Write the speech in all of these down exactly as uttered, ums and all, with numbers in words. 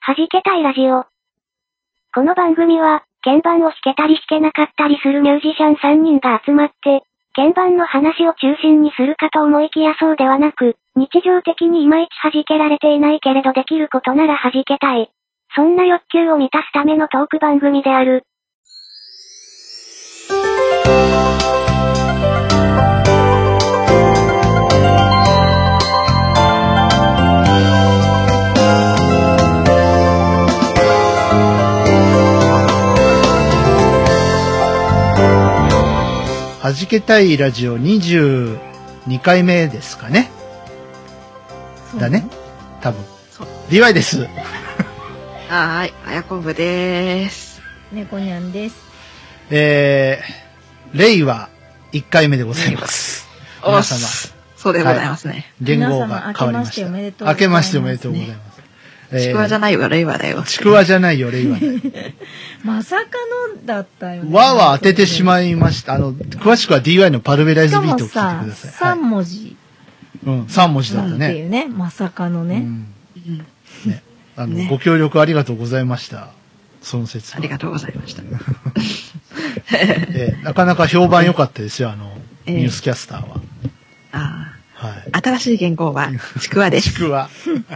弾けたいラジオ。この番組は、鍵盤を弾けたり弾けなかったりするミュージシャンさんにんが集まって、鍵盤の話を中心にするかと思いきやそうではなく、日常的にいまいち弾けられていないけれどできることなら弾けたい。そんな欲求を満たすためのトーク番組である。 弾けたいラジオにじゅうにかいめですかね。だね。多分。ディーワイ です。 はーい、あやこぶでーす。 猫にゃんです。 えー、令和いっかいめでございます。皆様。 そうでございますね。はい、 言語が変わりました。明けましておめでとうございます。 ちくわじゃないよ、令和だよ。 ちくわじゃないよ、令和だよ。 まさかのだったよね。 和は当ててしまいました。あの、詳しくは ディーワイ のパルベライズビートを聞いてください。 さん文字。 うん、さん文字だったね。 っていうね、まさかのね。 ね。あの、ご協力ありがとうございました。その説。 ありがとうございました。 えなかなか評判良かったですよ、あの、ニュースキャスターは。 ああ。はい。新しい言語は、ちくわです。 ちくわ。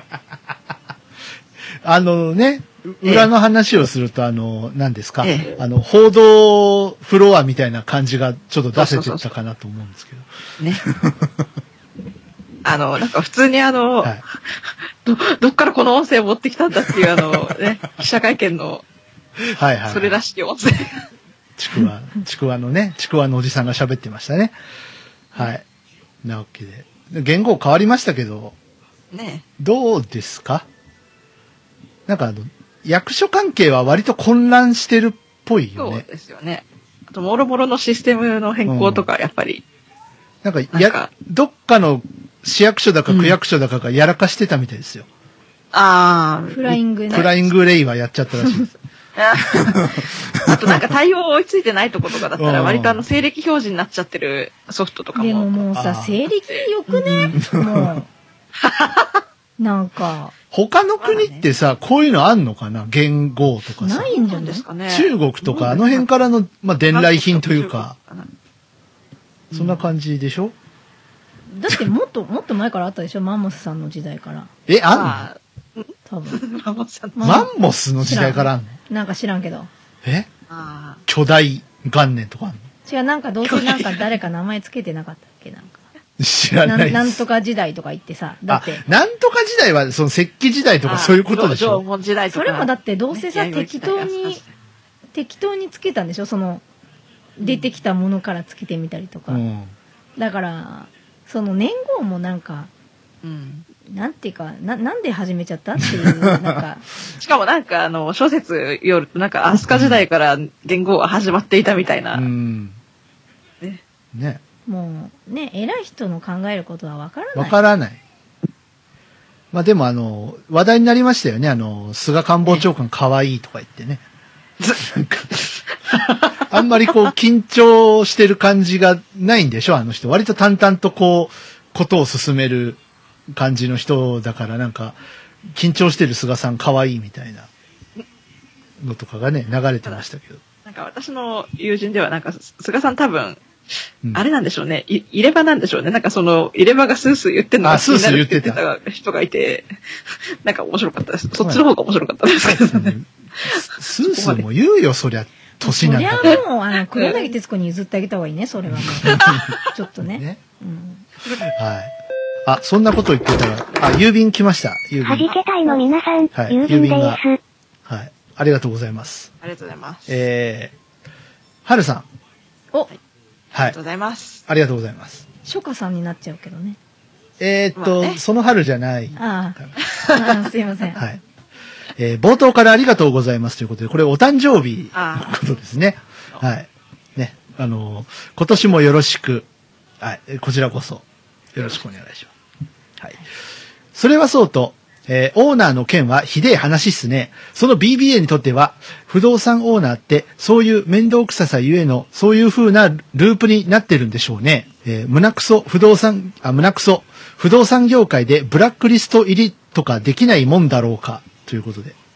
あのね、裏の話をすると、あの、何ですか、ええ、あの、報道フロアみたいな感じがちょっと出せてたかなと思うんですけど。ね。 あの、なんか普通にあの、はい、ど、どっからこの音声を持ってきたんだっていうあの、ね、記者会見の、はいはい。それらしき音声。 ちくわ、ちくわのね、ちくわのおじさんが喋ってましたね。はい。なわけで。言語変わりましたけど、ね。どうですか？なんかあの、役所関係は割と混乱してるっぽいよね。 そうですよね。あと、もろもろのシステムの変更とか、やっぱり。 うん、なんか、や、どっかの市役所だか区役所だかがやらかしてたみたいですよ。うん、 ああ。 フライングね。 フライングレイはやっちゃったらしいです。 あとなんか対応追いついてないとことかだったら、割とあの、西暦表示になっちゃってるソフトとかも。 でももうさ、西暦よくね、もう。なんか。 他の国ってさ、こういうのあんのかな？元号とかさ。 ないんじゃないですかね。 中国とかあの辺からの、まあ、伝来品というか、そんな感じでしょ？ だってもっと、もっと前からあったでしょ？マンモスさんの時代から。 え、あんの？ 多分。 マンモスさん。 マンモスの時代からあんの？ なんか知らんけど。 え？巨大元年とかあんの？ 違う、なんかどうせなんか誰か名前つけてなかったっけなんか。 知らないです。 なんとか時代とか言ってさ、だって。 なんとか時代は、その石器時代とかそういうことでしょ。 縄文時代とか。 それもだってどうせさ、適当に、適当につけたんでしょその、出てきたものからつけてみたりとか。うん、だから、その年号もなんか、うん、なんていうか、な、なんで始めちゃったっていう、なんか。 しかもなんかあの、諸説よるとなんか、飛鳥時代から元号は始まっていたみたいな。うん。 ね。ね。 もうね、偉い人の考えることはわからない。 わからない。まあでもあの、話題になりましたよね。あの、菅官房長官かわいいとか言ってね。なんかあんまりこう緊張してる感じがないんでしょあの人。割と淡々とこう、ことを進める感じの人だからなんか、緊張してる菅さんかわいいみたいなのとかがね、流れてましたけど。 なんか私の友人ではなんか、菅さん多分、うん、あれなんでしょうね。い、入れ歯なんでしょうね。なんかその、入れ歯がスースー言ってんのが気になるって言ってた人がいて、なんか面白かったです。そっちの方が面白かったですけどね。 スースーも言うよ、そりゃ、年なんだ。 そりゃもう、あの、黒柳徹子に譲ってあげた方がいいね、それはもう。ちょっとね。ねうん、 はい。あ、そんなこと言ってたら、あ、郵便来ました。郵便。 弾けたいの皆さん、はい、郵便です。 はい。ありがとうございます。 ありがとうございます。 えー、はるさん。 お、 はいありがとうございます。 ありがとうございます。 初夏さんになっちゃうけどね。 えー、っと、まあね、その春じゃない。 ああ。すいません。 はい。えー、冒頭からありがとうございますということで、これお誕生日のことですね。はい。ね。あのー、今年もよろしく、はい。こちらこそ、よろしくお願いします。はい。それはそうと、えー、オーナーの件はひでえ話っすね。その ビービーエー にとっては、不動産オーナーって、そういう面倒くささゆえの、そういう風なループになってるんでしょうね。えー、胸くそ、不動産、あ、胸くそ、不動産業界でブラックリスト入りとかできないもんだろうか、ということで。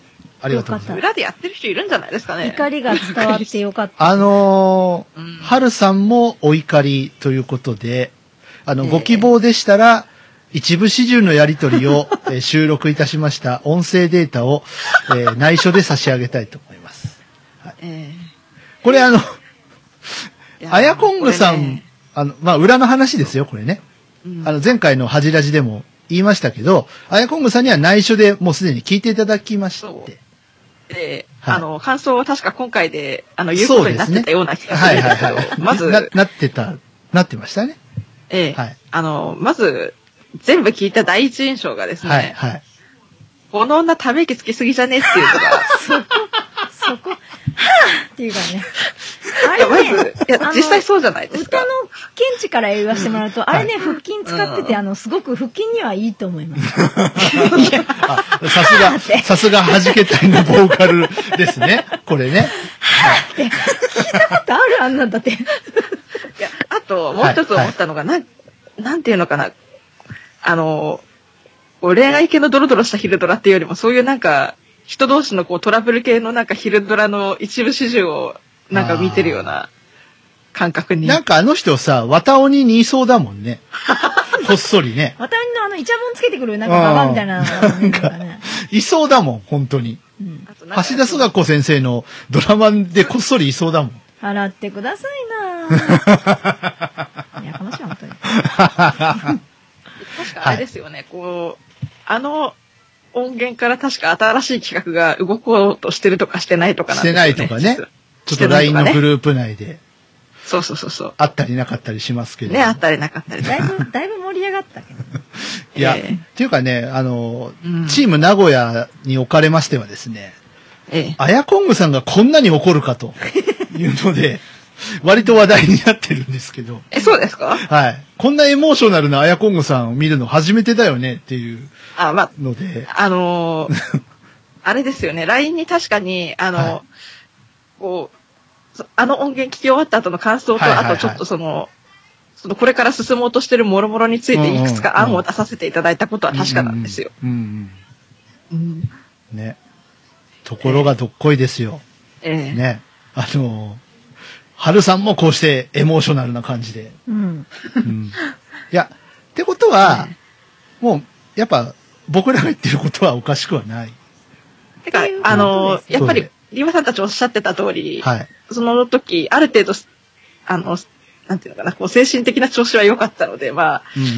ありがとうございます。 裏でやってる人いるんじゃないですかね。 怒りが伝わってよかった。 あのー、うん、はるさんもお怒りということで、あの、えー、ご希望でしたら、一部始終のやり取りを、えー、収録いたしました音声データを、えー、内緒で差し上げたいと思います。はい、えー、これあの、あやこんぐさん、ね、あの、まあ、裏の話ですよ、これね。うん、あの、前回の恥ラジでも言いましたけど、あやこんぐさんには内緒でもうすでに聞いていただきまして。 えー、はい、あの、感想は確か今回で、あの、言うことになってたような気がするんですけど、ね、はいはいはい、まずな、 なってた、なってましたね。 ええー、はい。あの、まず、全部聞いた第一印象がですね、はい、はい。この女ため息つきすぎじゃねっていうのが、 そこ、そこ、はぁっていうかね。 あれね、まず、いや、実際そうじゃないですか。 歌の見地から言わせてもらうと、うん、あれね、腹筋使ってて、うん、あの、すごく腹筋にはいいと思います。 さすが、さすが弾け隊のボーカルですね。これね。 はぁって、聞いたことあるあんなんだって。いや、あと、もう一つ思ったのが、はいはい、なん、なんていうのかな。あの、恋愛系のドロドロしたヒルドラっていうよりも、そういうなんか、人同士のこうトラブル系のなんかヒルドラの一部始終をなんか見てるような感覚に。 なんかあの人さ、綿鬼にいそうだもんね。こっそりね。 綿鬼のあのイチャボンつけてくるなんかババみたいな、ね。なんかね、 いそうだもん、本当に。うん、橋田壽賀子先生のドラマでこっそりいそうだもん。 払ってくださいなぁ。いやかましいわ、本当に。 確かあれですよね、はい、こう、あの音源から確か新しい企画が動こうとしてるとかしてないとかなんですよね。 してないとかね。ちょっと ライン のグループ内で。 そうそうそうそう。 あったりなかったりしますけど。 ね、あったりなかったり。 だいぶ、だいぶ盛り上がったけど、ね。 いや、えー、っていうかね、あの、うん、チーム名古屋におかれましてはですね、ええ、あやこんぐさんがこんなに怒るかというので、割と話題になってるんですけど。 え、そうですか？ はい。こんなエモーショナルなあやこんぐさんを見るの初めてだよねっていうあ、まあ、 ので。 あのー、あれですよね。ライン に確かに、あの、はい、こう、あの音源聞き終わった後の感想と、はいはいはい、あとちょっとその、そのこれから進もうとしてる諸々についていくつか案を出させていただいたことは確かなんですよ。うんうんうん、ね。ところがどっこいですよ。ええー、ね。あのー、春さんもこうしてエモーショナルな感じで。うん。うん、いや、ってことは、ね、もう、やっぱ、僕らが言ってることはおかしくはない。 てか、あの、やっぱり、リーマさんたちおっしゃってた通り、はい、その時、ある程度、あの、なんていうのかな、こう、精神的な調子は良かったので、まあ、うんうんうん、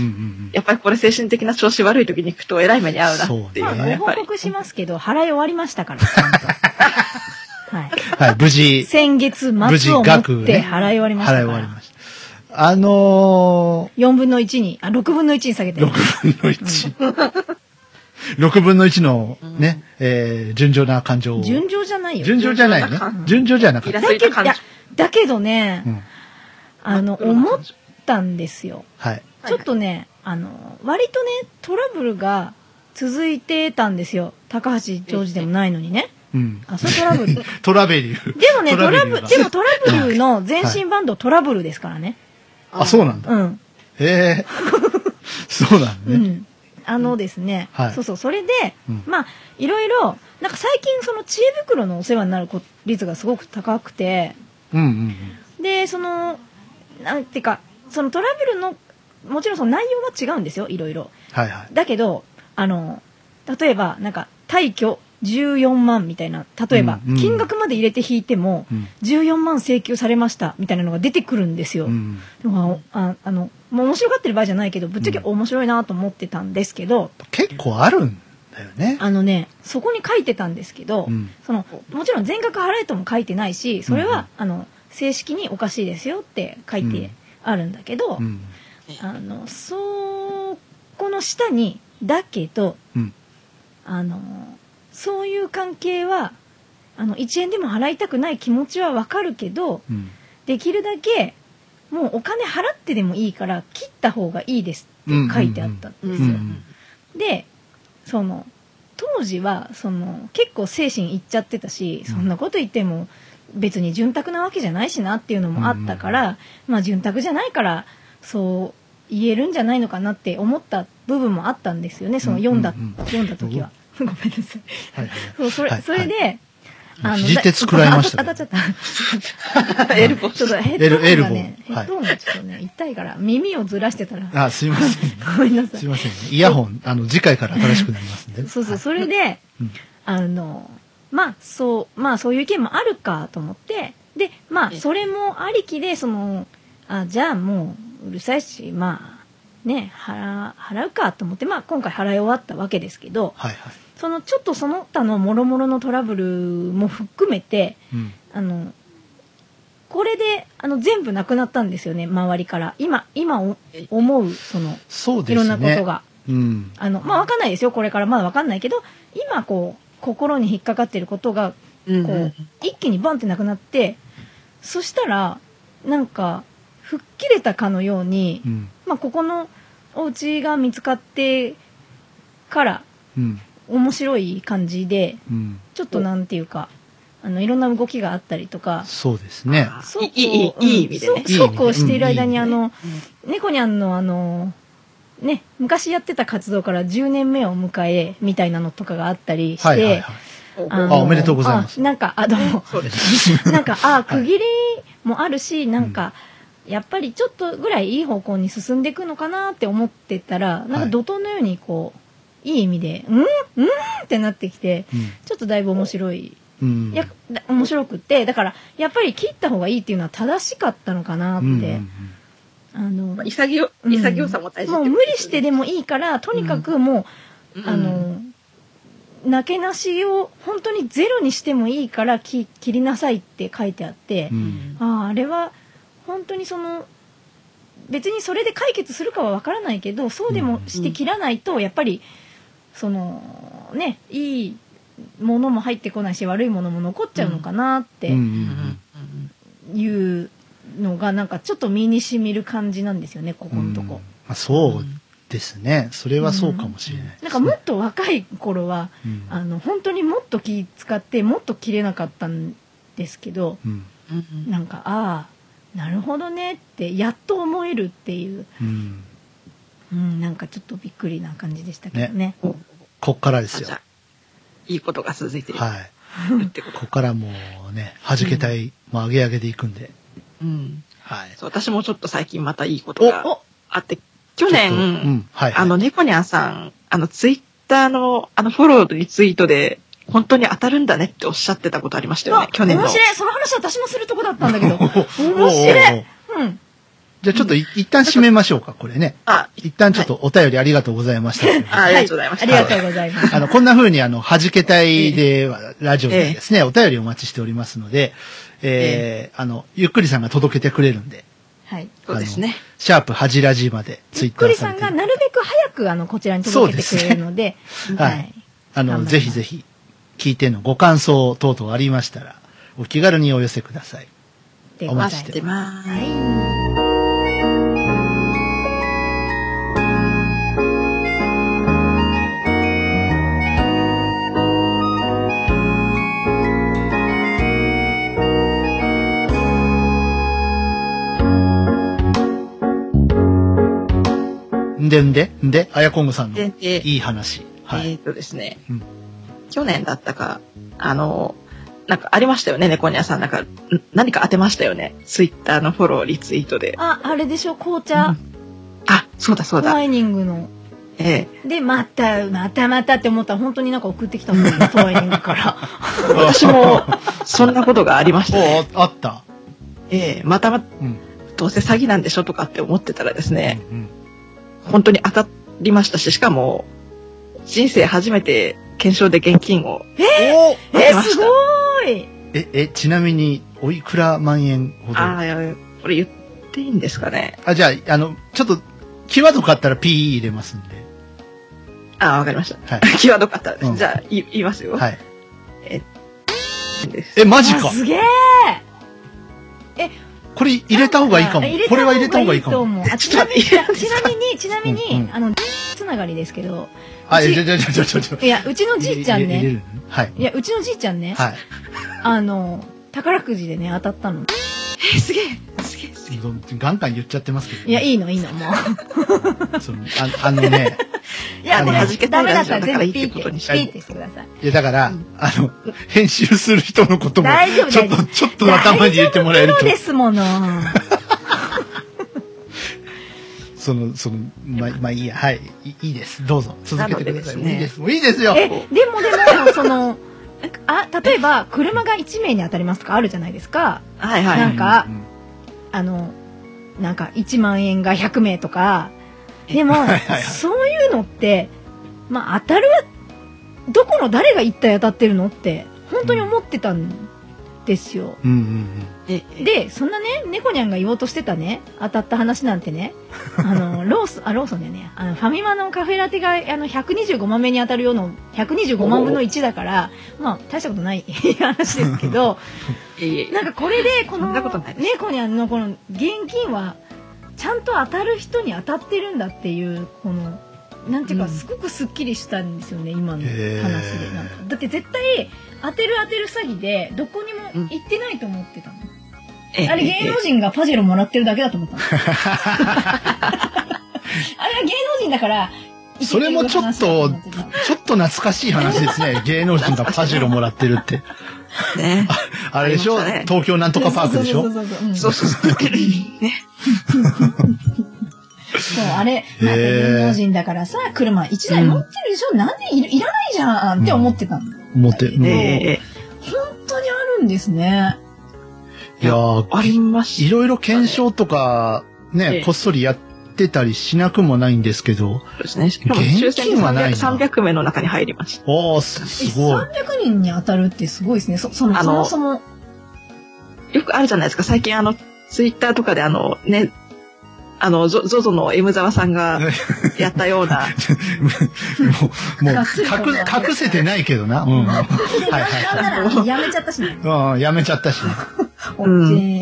やっぱりこれ精神的な調子悪い時に行くと、えらい目に遭うなっていうのは、やっぱり。 ご報告しますけど、払い終わりましたから、ちゃんと。 はい。はい、無事。 先月末をもって払い終わりましたから。払い終わりました。 あのー、よんぶんのいちに、あ、ろくぶんのいちに下げて。 ろくぶんのいち。ろくぶんのいちのね、うん、えー、純情な感情を。 純情じゃないよ。 純情じゃないね。純情じゃなかった。 だけど、だけどね、うん、あの、思ったんですよ。はい。ちょっとね、あの、割とね、トラブルが続いてたんですよ。高橋ジョージでもないのにね。うん、あ、それトラブル。 トラベリュー。 でもね、トラブル、でもトラブルの前身バンド、はい、トラブルですからね。 あ、そうなんだ。うん。へえ。そうなんね。うん。 あのですね、はい、そうそう、それで、うん、まあ、いろいろ、なんか最近その知恵袋のお世話になる率がすごく高くて、うんうんうん、で、その、なんていうか、そのトラブルの、もちろんその内容は違うんですよ、いろいろ。はいはい。だけど、あの、例えば、なんか、退去、じゅうよんまんみたいな、例えば、うんうん、金額まで入れて引いても、うん、じゅうよんまん請求されましたみたいなのが出てくるんですよ。うん、でもああのもう面白がってる場合じゃないけど、ぶっちゃけ面白いなと思ってたんですけど、うん、 結構あるんだよね。 あのね、そこに書いてたんですけど、うん、そのもちろん全額払えとも書いてないし、それは、うん、あの正式におかしいですよって書いてあるんだけど、うん、あのそこの下にだけど、うん、あのそういう関係はあのいちえんでも払いたくない気持ちはわかるけど、うん、できるだけもうお金払ってでもいいから切った方がいいですって書いてあったんですよ。うんうんうん、でその当時はその結構精神いっちゃってたし、そんなこと言っても別に潤沢なわけじゃないしなっていうのもあったから、うんうん、まあ潤沢じゃないからそう言えるんじゃないのかなって思った部分もあったんですよね、その読んだ、うんうんうん、読んだ時は。 ごめんなさい。はいはい、そうそれ、はい、それで、 あの、肘鉄食らいましたね。当たっちゃった。エルボー。ちょっとヘッドホンがね、ヘッドホンがちょっとね、痛いから、耳をずらしてたら。 あ、すいません。 ごめんなさい。 すいませんね。イヤホン、あの、次回から新しくなりますんで。 そうそう、それで、あの、まあ、そう、まあ、そういう意見もあるかと思って、で、まあ、それもありきで、その、あ、じゃあもう、うるさいし、まあ、ね、払、払うかと思って、まあ、今回払い終わったわけですけど、 はいはい。 そのちょっとその他の諸々のトラブルも含めて、うん、あのこれであの全部なくなったんですよね、周りから今今思うそのそうですね、 いろんなことが、 うん、 あのまあ分かんないですよ、これからまだ分かんないけど、今こう心に引っかかってることがこう、うんうん、一気にバンってなくなって、そしたらなんか吹っ切れたかのように、うん、まあここのお家が見つかってから、うん面白い感じで、うん、ちょっとなんていうか、あのいろんな動きがあったりとか、 そうですね。 そういいいい意味でね。 そうこうしている間に、あの猫にゃんのあのね昔やってた活動からじゅうねんめを迎えみたいなのとかがあったりして、はいはいはい、 ああおめでとうございます。 なんかあどうもそうですなんかあ区切りもあるし、なんか。うん、やっぱりちょっとぐらいいい方向に進んでいくのかなって思ってたら、なんか怒涛のようにこう。いい意味で、うんうんってなってきて、うん、ちょっとだいぶ面白い、うん、いや面白くって、だからやっぱり切った方がいいっていうのは正しかったのかなって、うんうんうん、 あの、まあ、潔潔さも大事、 うん、もう無理してでもいいからとにかくもう、うん、あのなけなしを本当にゼロにしてもいいから切切りなさいって書いてあって、うん、あああれは本当にその別にそれで解決するかは分からないけど、そうでもして切らないとやっぱりそのねいいものも入ってこないし悪いものも残っちゃうのかなっていうのがなんかちょっと身にしみる感じなんですよね、ここのとこ。 まあ、そうですね、それはそうかもしれない、 うん、なんかもっと若い頃は、うん、あの本当にもっと気使ってもっと切れなかったんですけど、うん、なんかああなるほどねってやっと思えるっていう。うんうん、なんかちょっとびっくりな感じでしたけどね。ねこっからですよ。 いいことが続いてる。 はい。ここからもうね、弾けたい、うん、もう上げ上げでいくんで。 うん。はい。そう、私もちょっと最近またいいことがあって、去年、うんはいはい、あの、猫ニャンさん、あの、ツイッターの、あの、フォローリツイートで、本当に当たるんだねっておっしゃってたことありましたよね、去年の。 面白い、その話私もするとこだったんだけど。面白い。うん。 じゃあちょっとい、うん、一旦締めましょうか、これね。あ、一旦ちょっとお便りありがとうございました。 あ, ありがとうございました。 ありがとうございます。 あの、こんな風にあの、弾けたいで、えー、ラジオでですね、えー、お便りお待ちしておりますので、えー、えー、あの、ゆっくりさんが届けてくれるんで。 はい。 そうですね。 シャープはじラジまでツイッターゆっくりさんがなるべく早くあの、こちらに届けてくれるので、 でね、はい。あの、ぜひぜひ、聞いてのご感想等々ありましたら、お気軽にお寄せください。 お待ちしてます。はい。 んでんでんで、あやこんぐさんのいい話。 はい、えーっとですね、うん、去年だったか、あの、なんかありましたよね、猫ニャさん。なんか、何か当てましたよね。ツイッターのフォロー、リツイートで。 あ、あれでしょ、紅茶。うん、 あ、そうだそうだ。 トワイニングの。 ええ。 で、また、またまたって思ったら、本当になんか送ってきたもんね、トワイニングから。 私も、そんなことがありましたね。 あった。 ええ、またま、うん、どうせ詐欺なんでしょとかって思ってたらですね、うんうん本当に当たりましたし、しかも、人生初めて検証で現金をえー、えー、すごいえ、え、ちなみに、おいくら万円ほどああ、これ言っていいんですかね。 あ、じゃあ、あの、ちょっと、際どかったら ピー入れますんで。 ああ、わかりました。はい、際どかったら、うん、じゃあ、言いますよ。 はい。 え、 え、マジかすげええ、 これ入れた方がいいかも。これは入れた方がいいかも。 ちなみに、ちなみに、ちなみに、あの、つながりですけど。 あ、いや、ちょ、ちょ、ちょ、ちょ。 いや、うちのじいちゃんね。 はい。 いや、うちのじいちゃんね。 はい。 あの、宝くじでね、当たったの。 え、すげえ、すげえ、すげえ。 ガンガン言っちゃってますけど。 いや、いいの、いいの、もう。 その、あのね。 いや、 や、もう弾けたらラジオだからいいってことにして。 ピーってしてください。 いや、だから、あの、編集する人のことも、 大丈夫ちょっと、ちょっと頭に入れてもらえると。 プロですもの。 その、その、ま、まあいいや、はい、いいです。どうぞ、続けてください。いいです。もういいですよ。 え、でもでも、その、あ、例えば、車がいちめいに当たりますとかあるじゃないですか。 はいはい。 なんか、あの、なんかいちまんえんがひゃくめいとか。でも、そういうのって、まあ当たる、どこの誰が一体当たってるのって、本当に思ってたんですよ。 うんうんうん、で、そんなね、猫ニャンが言おうとしてたね、当たった話なんてね、あの、ローソン、あ、ローソンでね、あの、ファミマのカフェラテが、あの、ひゃくにじゅうごまんめに当たるような、ひゃくにじゅうごまんぶんのいちだから、まあ、大したことない話ですけど、なんかこれで、この、猫ニャンのこの現金は、ちゃんと当たる人に当たってるんだっていう、この、なんていうか、すごくすっきりしたんですよね、今の話で。なんかだって絶対、当てる当てる詐欺で、どこにも行ってないと思ってたの。あれ芸能人がパジェロもらってるだけだと思ったの。あれは芸能人だから、 それもちょっと、ちょっと懐かしい話ですね。芸能人がパジェロもらってるって。 ね。 あれでしょ、ね、東京なんとかパークでしょそうそうそう。ね。 そう、あれ、まあ、芸能人だからさ、車いちだい持ってるでしょ、うん、なんで い, いらないじゃんって思ってたんだ。 思って、うん、 本当にあるんですね。 いやー、 あります。 いろいろ検証とか、ね、こっそりやってたりしなくもないんですけど。 そうですね。現金はないな。さんびゃくめいの中に入りました。 おー、すごい。 さんびゃくにんに当たるってすごいですね。そ、その、そもそも。 よくあるじゃないですか。最近あの、ツイッターとかであの、ね、あの、ゾゾゾの M 沢さんがやったような。 もう、もう隠、隠せてないけどな。うん。はいはい。やめちゃったしね。 うん、やめちゃったしね。 うん。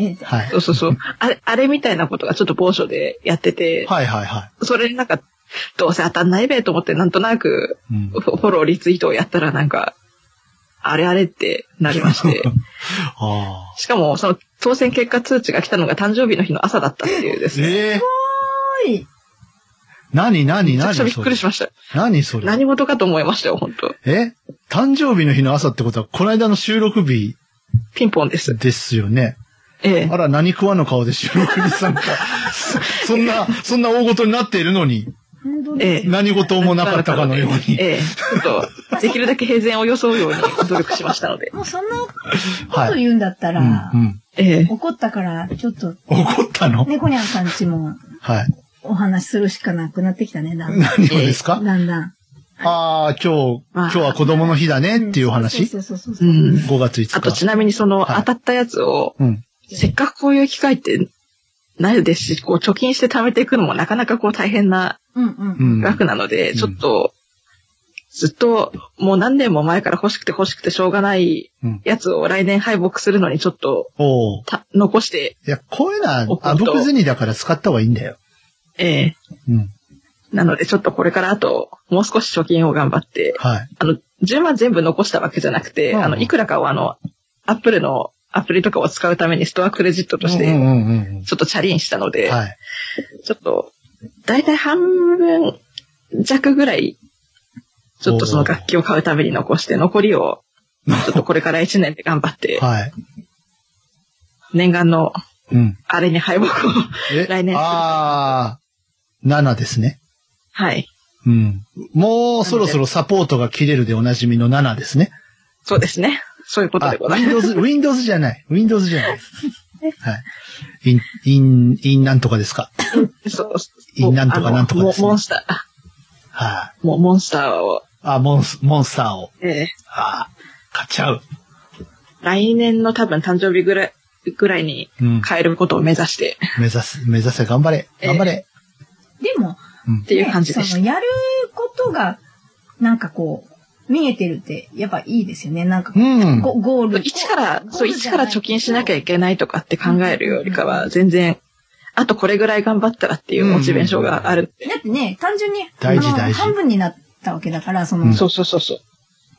はい。そうそうそう。あれ、あれみたいなことがちょっと某所でやってて。 はいはいはい。 それになんか、どうせ当たんないべと思ってなんとなく、フォローリツイートをやったらなんか、あれあれってなりまして。あしかも、その当選結果通知が来たのが誕生日の日の朝だったっていうですね。 えー、 すごい。 何何何めちゃくちゃびっくりしました。 何それ。 何事かと思いましたよ、本当。 え誕生日の日の朝ってことは、この間の収録日。 ピンポンです。 ですよね。 ええ。 あら、何食わぬ顔で収録に参加。そんな、そんな大事になっているのに。 ええ、 何事もなかったかのように。 ええ、ちょっと、できるだけ平然を装うように努力しましたので。 もうそんなこと言うんだったら、はいうんうんええ、 怒ったから、ちょっと。 怒ったの猫ニャンさんちも、はい。お話しするしかなくなってきたね、だんだん。 何をですかだんだん。 ああ、今日、今日は子供の日だねっていう話そうそうそうそう。 ごがついつか。 あとちなみにその、はい、当たったやつを、うん、せっかくこういう機会ってないですし、こう貯金して貯めていくのもなかなかこう大変な額なので、うんうん、ちょっと、ずっともう何年も前から欲しくて欲しくてしょうがないやつを来年敗北するのにちょっと、た残して。 いや、こういうのはあぶく銭だから使った方がいいんだよ。 ええー。うん。なのでちょっとこれからあと、もう少し貯金を頑張って、はい。あの、じゅうまん全部残したわけじゃなくて、うん、あの、いくらかをあの、アップルのアプリとかを使うためにストアクレジットとして、ちょっとチャリンしたので、はい。ちょっと、だいたい半分弱ぐらい、ちょっとその楽器を買うために残して、残りを、ちょっとこれからいちねんで頑張って、はい。念願の、あれに敗北を、来年。 ああ、ななですね。 はい。 うん。もうそろそろサポートが切れるでおなじみのななですね。 そうですね。そういうことでございます。 Windows、Windows じゃない。Windows じゃない。はい。イン、イン、インなんとかですか。 そう。 インなんとかなんとかですね。 モンスター。 はい。 もうモンスターを。 あ、モンス、モンスターを。 ええ。 ああ、買っちゃう。 来年の多分誕生日ぐらい、ぐらいに変えることを目指して。 うん、目指す、目指せ、頑張れ。頑張れ。 えー、でも、 うん、っていう感じでした。 そのやることが、なんかこう、見えてるって、やっぱいいですよね。なんか、うん、ゴール。 一から、そう、一から貯金しなきゃいけないとかって考えるよりかは、全然、あとこれぐらい頑張ったらっていうモチベーションがある。 だってね、単純に、 大事大事。 半分になったわけだから、その、うん、 そうそうそうそう。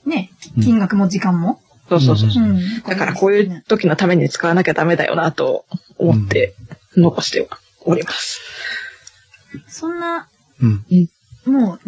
ね、金額も時間も。 そうそうそう。うん、だからこういう時のために使わなきゃダメだよなと思って残しております。 そんな、 うん、 もうダメ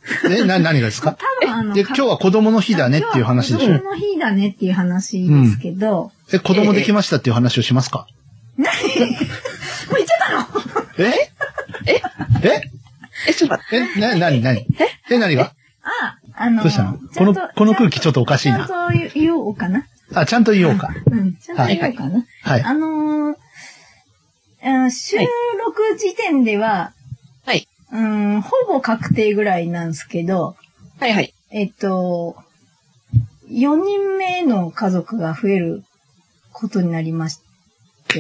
え、な、何がですか？ 多分あの、 で、今日は子供の日だねっていう話でしょ。 子供の日だねっていう話ですけど。 うん、え、子供できましたっていう話をしますか？ 何もう言っちゃったの？ ええええ、ちょっと待って。 え、な、なになにええ、何が？ あ、あの、 どうしたの？この、この空気ちょっとおかしいな。 ちゃんと言おうかな。 あ、ちゃんと言おうか。 うん、ちゃんと言おうかな。 はい。 あのー、収録時点では、 はい。 うん、ほぼ確定ぐらいなんですけど、 はいはい。 えっと、よにんめの家族が増えることになりまして。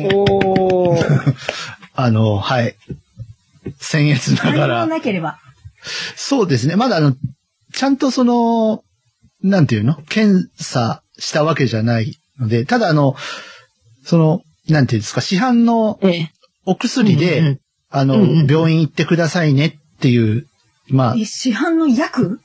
おー。 あの、はい。僭越ながら。 何もなければ。 そうですね。まだあの、ちゃんとその、なんていうの？検査したわけじゃないので、ただあの、その、なんていうんですか、市販のお薬で、うんうん、あの、うんうん、病院行ってくださいねっていう、まあ。 え、市販の薬？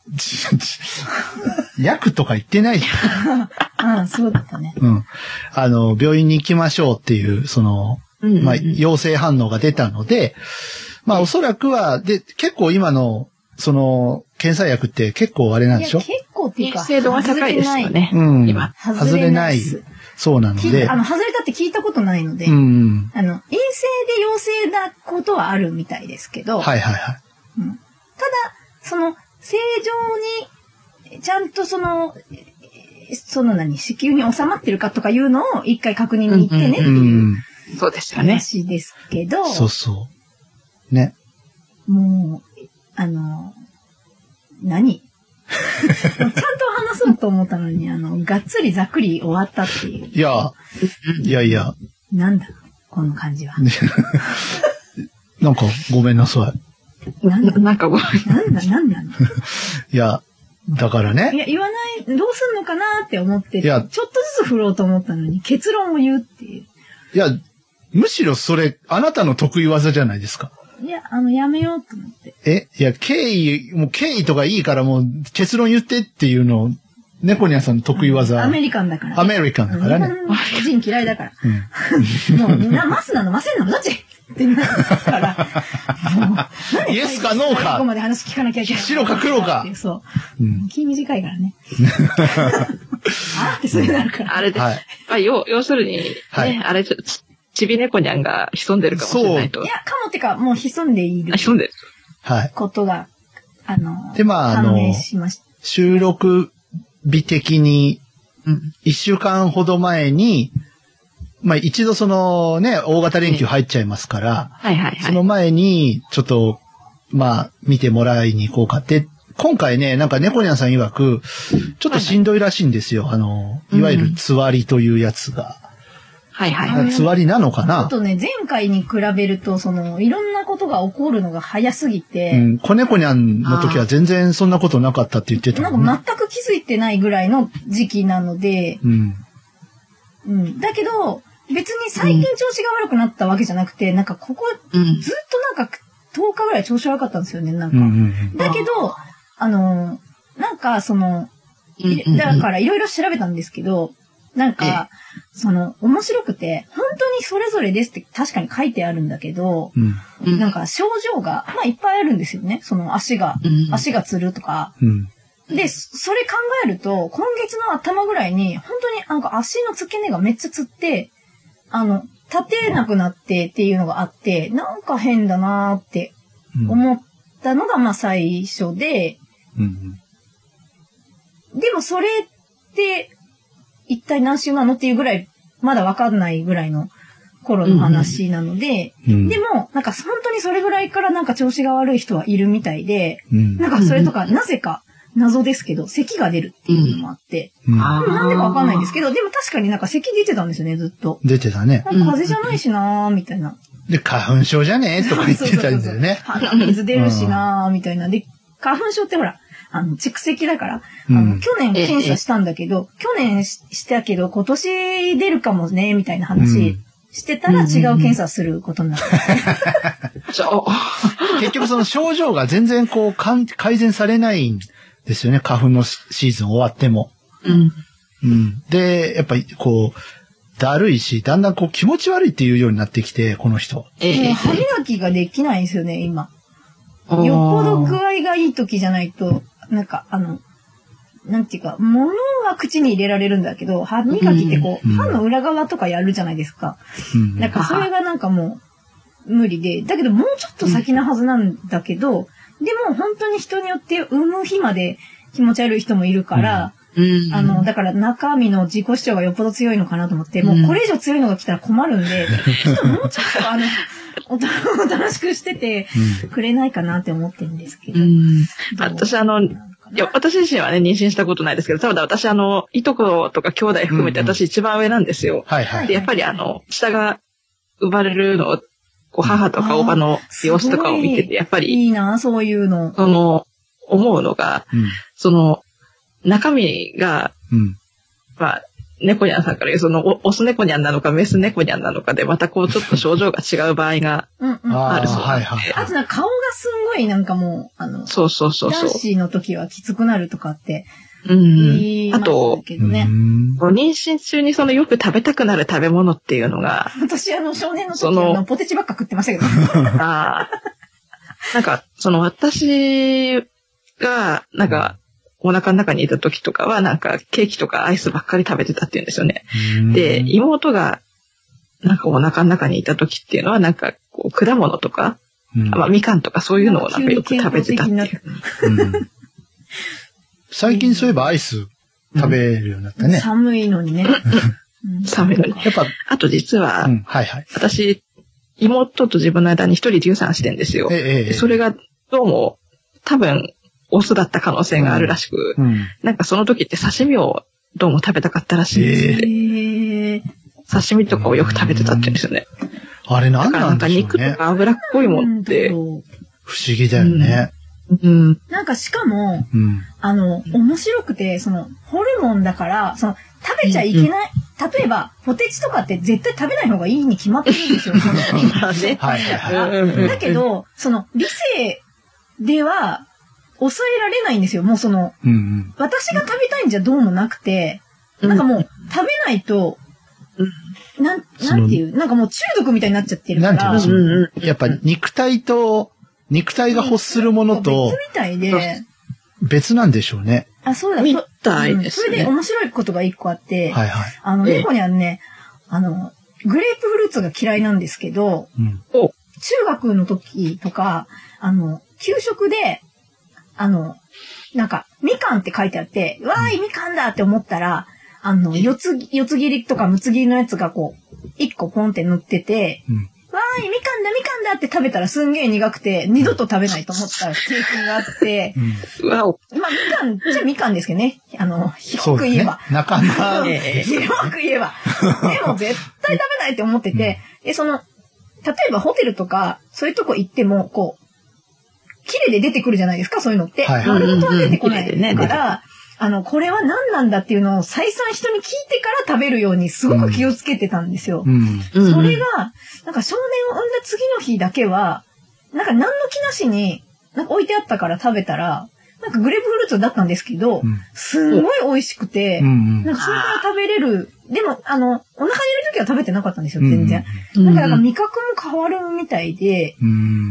薬とか言ってないじゃん。 ああ、そうだったね。 うん。あの、病院に行きましょうっていう、その、うんうんうん、まあ、陽性反応が出たので、まあ、おそらくは、で、結構今の、その、検査薬って結構あれなんでしょ？ いや、結構っていうか、 精度が高いですよね。 うん。今。外れない。そうなので。 あの、外れたって聞いたことないので、 うん、 あの、陰性で陽性なことはあるみたいですけど、 はいはいはい。 うん、ただ、その、正常に、ちゃんとその、その何、子宮に収まってるかとかいうのを一回確認に行ってねっていうそうですよね。 話ですけど、 そうそう。ね。 もう、あの、何ちゃんと話そうと思ったのに、あの、がっつりざっくり終わったっていう。 いや、いやいや。 なんだ、この感じは。 なんか、ごめんなさい。なんだ、 なんかごめん。 なんだ、なんだ。 いや、だからね。 いや、言わない、どうすんのかなって思ってて、ちょっとずつ振ろうと思ったのに、結論を言うっていう。 いや、むしろそれ、あなたの得意技じゃないですか。 いや、あの、やめようと思って。 えいや、経緯、もう経緯とかいいからもう結論言ってっていうのを、猫ニャンさんの得意技。 アメリカンだから、ね。 アメリカンだからね。 日本人嫌いだから。うん、もう、みんな、マスなの、マセンなの、どっちってなるから。もうイエスかノーか。 最後まで話聞かなきゃいけない。 白か黒か。 そう。うん、気短いからね。あってそれなるから。 あれです。はい、まあ、要、要するに、ね、はい、あれ、ちび猫ニャンが潜んでるかもしれないと。 いや、かもってか、もう潜んでいる。 潜んでる。 はい。 ことが、あの、 で、まあ、あの、収録日的に、一週間ほど前に、まあ、一度そのね、大型連休入っちゃいますから、 はいはいはい。 その前に、ちょっと、まあ、見てもらいに行こうかって、今回ね、なんか猫ニャンさん曰く、ちょっとしんどいらしいんですよ。はいはい、あの、いわゆるつわりというやつが。 はいはい。 つわりなのかな？ ちょっとね、前回に比べると、その、いろんなことが起こるのが早すぎて。 うん。子猫ニャンの時は全然そんなことなかったって言ってたもんね。 なんか全く気づいてないぐらいの時期なので。 うん。 うん。だけど、別に最近調子が悪くなったわけじゃなくて、うん、なんかここ、ずっとなんかとおかぐらい調子悪かったんですよね、なんか。うんうんうん、だけど、あの、なんかその、だからいろいろ調べたんですけど、なんか、その、面白くて、本当にそれぞれですって確かに書いてあるんだけど、うん、なんか症状が、まあいっぱいあるんですよね。その足が、うん、足がつるとか、うん。で、それ考えると、今月の頭ぐらいに、本当になんか足の付け根がめっちゃつって、あの、立てなくなってっていうのがあって、なんか変だなーって思ったのがまあ最初で、うんうん、でもそれって、一体何週なのっていうぐらい、まだわかんないぐらいの頃の話なので、うんうん、でも、なんか本当にそれぐらいからなんか調子が悪い人はいるみたいで、うん、なんかそれとか、なぜか謎ですけど、咳が出るっていうのもあって、うん、なんでかわかんないんですけど、でも確かになんか咳出てたんですよね、ずっと。 出てたね。 なんか風邪じゃないしなー、みたいな。 で、花粉症じゃねーとか言ってたんだよね。 鼻水出るしなー、みたいな。で、花粉症ってほら、あの、蓄積だから、あの、うん、去年検査したんだけど、去年したけど、今年出るかもね、みたいな話してたら違う検査することになった。 結局その症状が全然こう、改善されないんですよね、花粉のシーズン終わっても。うん。うん。で、やっぱりこう、だるいし、だんだんこう気持ち悪いっていうようになってきて、この人。 ええ。歯磨きができないんですよね、今。 よっぽど具合がいい時じゃないと、なんか、あの、なんていうか、物は口に入れられるんだけど、歯磨きってこう、うん、歯の裏側とかやるじゃないですか。うん、だからそれがなんかもう、無理で、だけどもうちょっと先なはずなんだけど、うん、でも本当に人によって産む日まで気持ち悪い人もいるから、うん、あの、だから中身の自己主張がよっぽど強いのかなと思って、もうこれ以上強いのが来たら困るんで、ちょっともうちょっとあの、おとなしくしててくれないかなって思ってるんですけど。うん、 私あの、いや、私自身はね、妊娠したことないですけど、ただ私あの、いとことか兄弟含めて私一番上なんですよ。はいはい。で、やっぱりあの、下が生まれるのを、こう母とかおばの様子とかを見てて、やっぱり。 いいな、そういうの。 その、思うのが、うん、その、中身が、うん、まあ、猫ニャンさんから言う、その、オス猫ニャンなのか、メス猫ニャンなのかで、またこう、ちょっと症状が違う場合があるそうなんで。 あとなんか顔がすんごいなんかもう、あの、 そうそうそうそう。 男子の時はきつくなるとかって、 うん。あと、妊娠中にそのよく食べたくなる食べ物っていうのが。 私あの、少年の時はあのポテチばっか食ってましたけど。 ああ。なんか、その私が、なんか、お腹の中にいた時とかは、なんか、ケーキとかアイスばっかり食べてたって言うんですよね。で、妹が、なんかお腹の中にいた時っていうのは、なんか、こう、果物とか、うん、まあ、みかんとかそういうのをなんかよく食べてたっていう。うん、 最近そういえばアイス食べるようになったね。うん、 寒いのにね。 寒いのに。やっぱ、あと実は、うん、はいはい。私、妹と自分の間に一人流産してんですよ。ええ、それが、どうも、多分、オスだった可能性があるらしく、うんうん、なんかその時って刺身をどうも食べたかったらしいんですって。えー、刺身とかをよく食べてたって言うんですよね。 あれなんなんでしょうね。 だからなんか肉とか脂っこいもんって。不思議だよね。 うん。なんかしかも、うん、あの、面白くて、その、ホルモンだから、その、食べちゃいけない、うん、例えば、ポテチとかって絶対食べない方がいいに決まってるんですよ。だけど、その、理性では、抑えられないんですよ。もうその、うんうん、私が食べたいんじゃどうもなくて、なんかもう食べないと、うん、なん、なんていう、なんかもう中毒みたいになっちゃってるから。なんていうの、やっぱ肉体と、肉体が欲するものと、 別みたいで、 別なんでしょうね。 あ、そうだ、 みたいですね、 うん。それで面白いことが一個あって、はいはい、あの、猫にはね、あの、グレープフルーツが嫌いなんですけど、うん、中学の時とか、あの、給食で、あの、なんか、みかんって書いてあって、わーい、みかんだって思ったら、あの、四つ、四つ切りとか六つ切りのやつがこう、一個ポンって塗ってて、うん、わーい、みかんだ、みかんだって食べたらすんげー苦くて、二度と食べないと思った経験があって、うん、まあ、みかん、じゃみかんですけどね。あの、広く言えば。 ね、仲間。 広く言えば。でも絶対食べないって思ってて、うん、で、その、例えばホテルとか、そういうとこ行っても、こう、綺麗で出てくるじゃないですか、そういうのって。はい、丸ごとは出てこないから、あの、これは何なんだっていうのを再三人に聞いてから食べるようにすごく気をつけてたんですよ。うんうん、それが、なんか少年を産んだ次の日だけは、なんか何の気なしに、なんか置いてあったから食べたら、なんかグレープフルーツだったんですけど、うん、すんごい美味しくて、うんうん、なんかそれから食べれる。でも、あの、お腹に入れる時は食べてなかったんですよ、全然。うん、なんか、なんか味覚も変わるみたいで。 うん、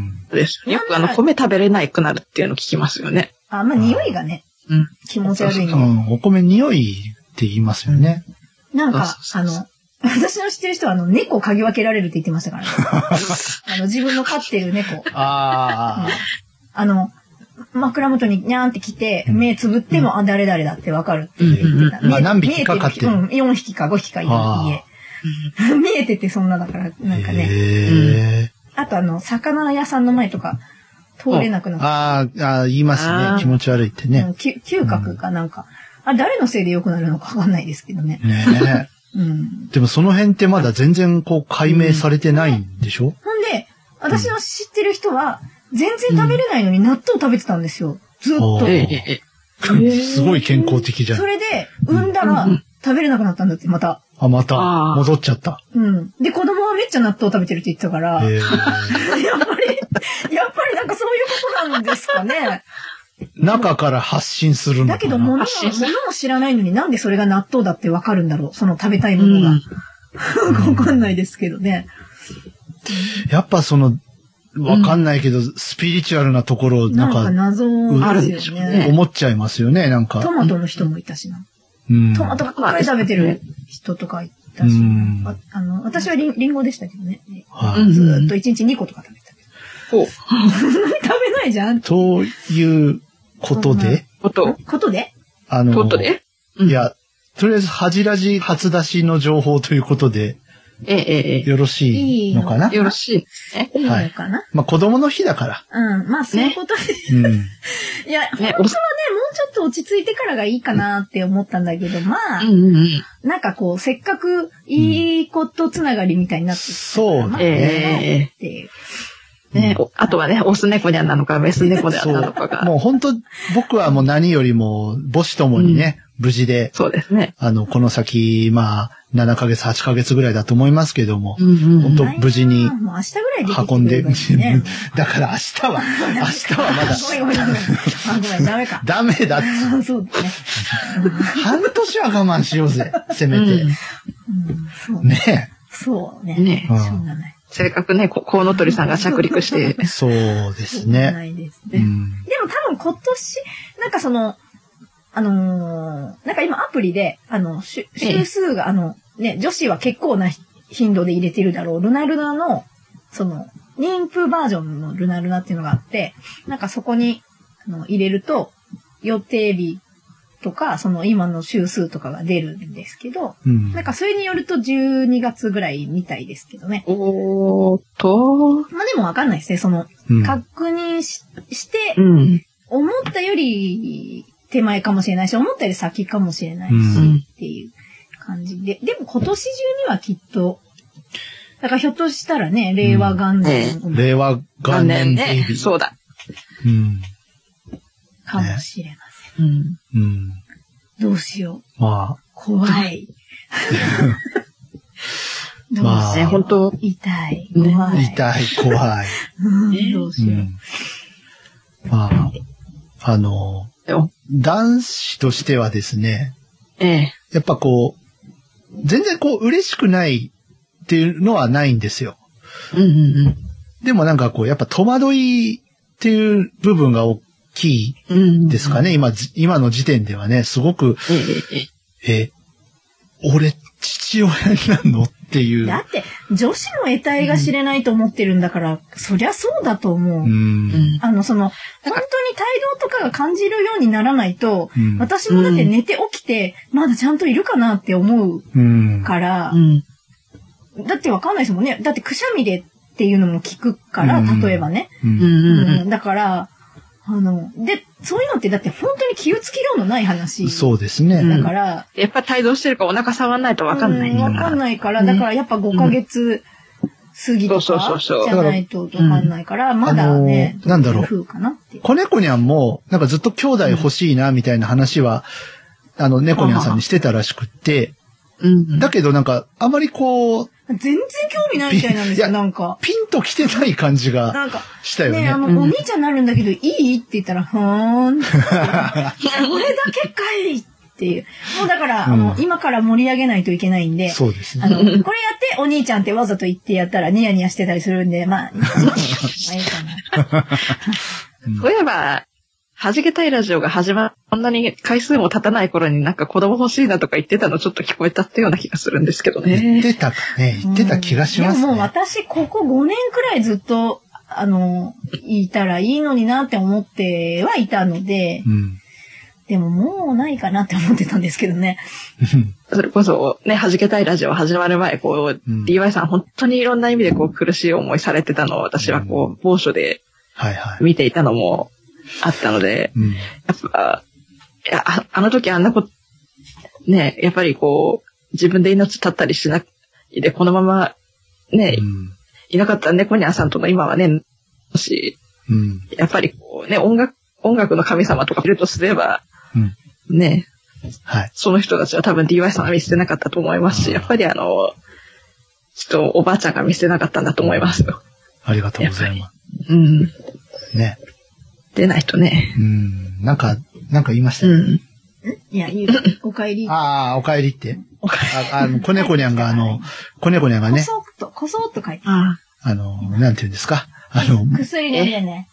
です。よくあの、米食べれなくなるっていうの聞きますよね。 あ、まあ、匂いがね、うん、気持ち悪いね。 うん、お米匂いって言いますよね。 なんか、あの、私の知ってる人は、あの、猫を嗅ぎ分けられるって言ってましたからね。あの、自分の飼ってる猫。ああ、うん。あの、枕元ににゃーんって来て、目つぶっても、うん、あ、誰々だってわかるって言ってた。 まあ何匹か飼ってる。 うん、よんひきかごひきかいる家。見えててそんなだから、なんかね。うん、あとあの、魚屋さんの前とか、通れなくなった。 ああ、言いますね。気持ち悪いってね。 嗅覚かなんか。あ、誰のせいで良くなるのかわかんないですけどね。ねうん、でもその辺ってまだ全然こう解明されてないんでしょ、うん、 ほんで、私の知ってる人は、全然食べれないのに納豆食べてたんですよ。ずっと。 すごい健康的じゃん。 それで、産んだら食べれなくなったんだって、また。 あ、また、戻っちゃった。 うん。で、子供はめっちゃ納豆食べてるって言ってたから。やっぱり、やっぱりなんかそういうことなんですかね。 中から発信するのかな。 だけど、物も知らないのになんでそれが納豆だってわかるんだろう。その食べたいものが。わかんないですけどね。 やっぱその、 わかんないけど、スピリチュアルなところ、なんか、 なんか謎あるんでしょうね。 思っちゃいますよね、なんか。 トマトの人もいたしな。うん、トマトばっかり食べてる人とかいたし、うん、あ, あの私はリンリンゴでしたけどね。はい、ずーっといちにちにことか食べたけど。食べないじゃん。 ということでことことであの、 ことで、 うん、いや、とりあえず、はじらじ初出しの情報ということで、 ええ、ええ、 よろしいのかな？ よろしい。いいのかな？ まあ、子供の日だから。 うん、まあ、そういうことで。うん。いや、本当はね、もうちょっと落ち着いてからがいいかなって思ったんだけど、まあ、うんうんうん、なんかこう、せっかくいいことつながりみたいになってきたから、 そうね。 ええっていう。ね、うん、あとはね、オス猫にゃんなのか、メス猫にゃんなのかが。 もう本当、僕はもう何よりも、母子ともにね、うん、無事で。 そうですね。 あの、この先、まあ、ななかげつ、はちかげつぐらいだと思いますけども、うんうん、本当無事に運んで、ね、だから明日は、明日はまだ。 ごめんごめんごめん。ごめん、ダメか。 ダメだって。 そうだね。 半年は我慢しようぜ、せめて。うんうん、そうね。ねそうね。 ね、うん、しょうがない。せっかくね、コウノトリさんが着陸して。 そうですね。 ないですね。うん、でも多分今年、なんかその、あのー、なんか今アプリで、あの、週数が、あの、ね、女子は結構な頻度で入れてるだろう。ルナルナの、その、妊婦バージョンのルナルナっていうのがあって、なんかそこに、あの、入れると、予定日とか、その今の週数とかが出るんですけど、うん、なんかそれによるとじゅうにがつぐらいみたいですけどね。 おーっと。 まあでもわかんないですね。その、うん、確認 し, して、うん、思ったより、手前かもしれないし、思ったより先かもしれないし、うん、っていう感じで。でも今年中にはきっと、だからひょっとしたらね、令和元年、 うん。令和元年ね。 そうだ。 うん。 かもしれません。ね、うん。うん。どうしよう。まあ。 怖い。 どうしよう。本当痛い。怖い。 痛い、怖い。 うん、どうしよう。うん、 まあ、あの、男子としてはですね、 ええ、 やっぱこう、全然こう嬉しくないっていうのはないんですよ。 うんうんうん、 でもなんかこう、やっぱ戸惑いっていう部分が大きいですかね、うんうんうん、今、今の時点ではね、すごく、え、え、俺、父親になるのっていう。 だって、女子の得体が知れないと思ってるんだから、うん、そりゃそうだと思う。うん、あの、その、本当に態度とかが感じるようにならないと、うん、私もだって寝て起きて、まだちゃんといるかなって思うから、うんうん、だってわかんないですもんね。だってくしゃみでっていうのも聞くから、例えばね。うんうん、だから、あの、で、そういうのってだって本当に気をつけようのない話。 そうですね。 だから。 うん、やっぱ帯同してるかお腹触んないとわかんない。 わかんないから、だからやっぱごかげつ過ぎとかじゃないとわかんないから、まだね、 なんだろう。子猫にゃんも、なんかずっと兄弟欲しいな、みたいな話は、うん、あの、猫にゃんさんにしてたらしくって、うん、だけどなんか、あまりこう、 全然興味ないみたいなんですよ、なんか。 ピンと来てない感じがしたよね。 ね、あの、お兄ちゃんになるんだけど、いいって言ったら、ふーん。これだけかいっていう。もうだから、うん、あの、今から盛り上げないといけないんで、 そうですね。 あの、これやって、お兄ちゃんってわざと言ってやったら、ニヤニヤしてたりするんで、まあ、まあいいかな。 そういえば、はじけたいラジオが始まる、こんなに回数も経たない頃になんか子供欲しいなとか言ってたのちょっと聞こえたってような気がするんですけどね。 言ってたかね。言ってた気がしますね。 うん、でももう私ここごねんくらいずっと、あの、いたらいいのになって思ってはいたので、うん、でももうないかなって思ってたんですけどね。 それこそね、はじけたいラジオ始まる前、こう、うん、ディーワイ さん本当にいろんな意味でこう苦しい思いされてたのを私はこう、某所で見ていたのも、あったので、うん、やっぱ、いや、あ、あの時あんなこと、ね、やっぱりこう、自分で命絶ったりしないで、このまま、ね、うん、いなかった猫ニャンさんとの今はね、もし、うん、やっぱりこうね、音楽、音楽の神様とかいるとすれば、うん、ね、はい、その人たちは多分 ディーワイ さんは見捨てなかったと思いますし、やっぱりあの、ちょっとおばあちゃんが見捨てなかったんだと思いますよ。 ありがとうございます。 うん。 ね。 出ないとね。 うん。なんか、なんか言いましたね。うん、 いや、お帰り。 ああ、お帰りって。あ、あの、子猫にゃんが、あの、子猫にゃんがね。 こそっと、こそっと書いてああの、なんて言うんですか。 あの、 薬飲んでね。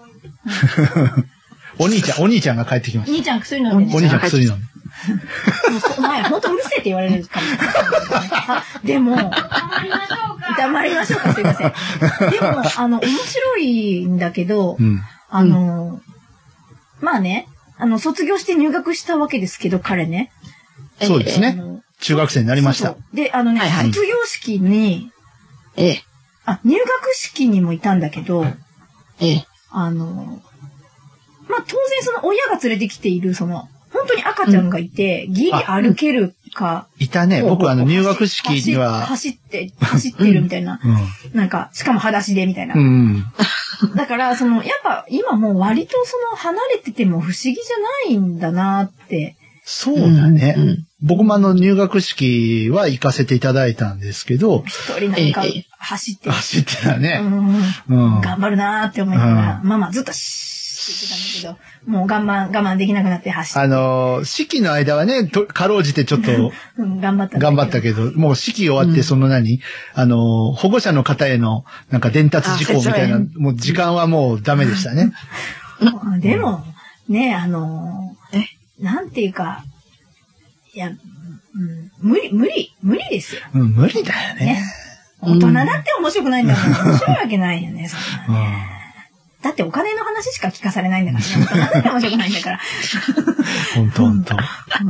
お兄ちゃん、お兄ちゃんが帰ってきました。 兄ちゃん薬飲んでね。 お兄ちゃん薬飲んで。 お前、ほんとうるせえって言われるかもしれない。でも、黙りましょうか。黙りましょうか、すいません。でも、あの、面白いんだけど、うん、あの、うん、まあね、あの、卒業して入学したわけですけど、彼ね。 そうですね。中学生になりました。そうそうで、あのね、はいはい、卒業式に、 ええ。 あ、入学式にもいたんだけど、 ええ。 あの、まあ、当然その親が連れてきている、その、本当に赤ちゃんがいて、うん、ギリ歩けるか。 いたね。僕あの入学式には。 走って、走ってるみたいな。うん、なんか、しかも裸足でみたいな。うん、だから、その、やっぱ今もう割とその離れてても不思議じゃないんだなって。 そうだね。うん、僕もあの入学式は行かせていただいたんですけど。 一人なんか走って。 走ってたね。 うんうん、頑張るなーって思いながら、うん、ママずっとシーって言ってたんだけど、もう我慢、我慢できなくなって走って。 あのー、式の間はね、とかろうじてちょっと、 うん、頑張った。 頑張ったけど、もう式終わってその何、うん、あのー、保護者の方へのなんか伝達事項みたいな、もう時間はもうダメでしたね。 でも、ね、あのー、なんていうか、いや、うん、無理、無理、無理ですよ。 うん、無理だよね。ね、 大人だって面白くないんだから、面白いわけないよね、そんなね。うん、だってお金の話しか聞かされないんだからね。大人だって面白くないんだから。 ほんとほんと。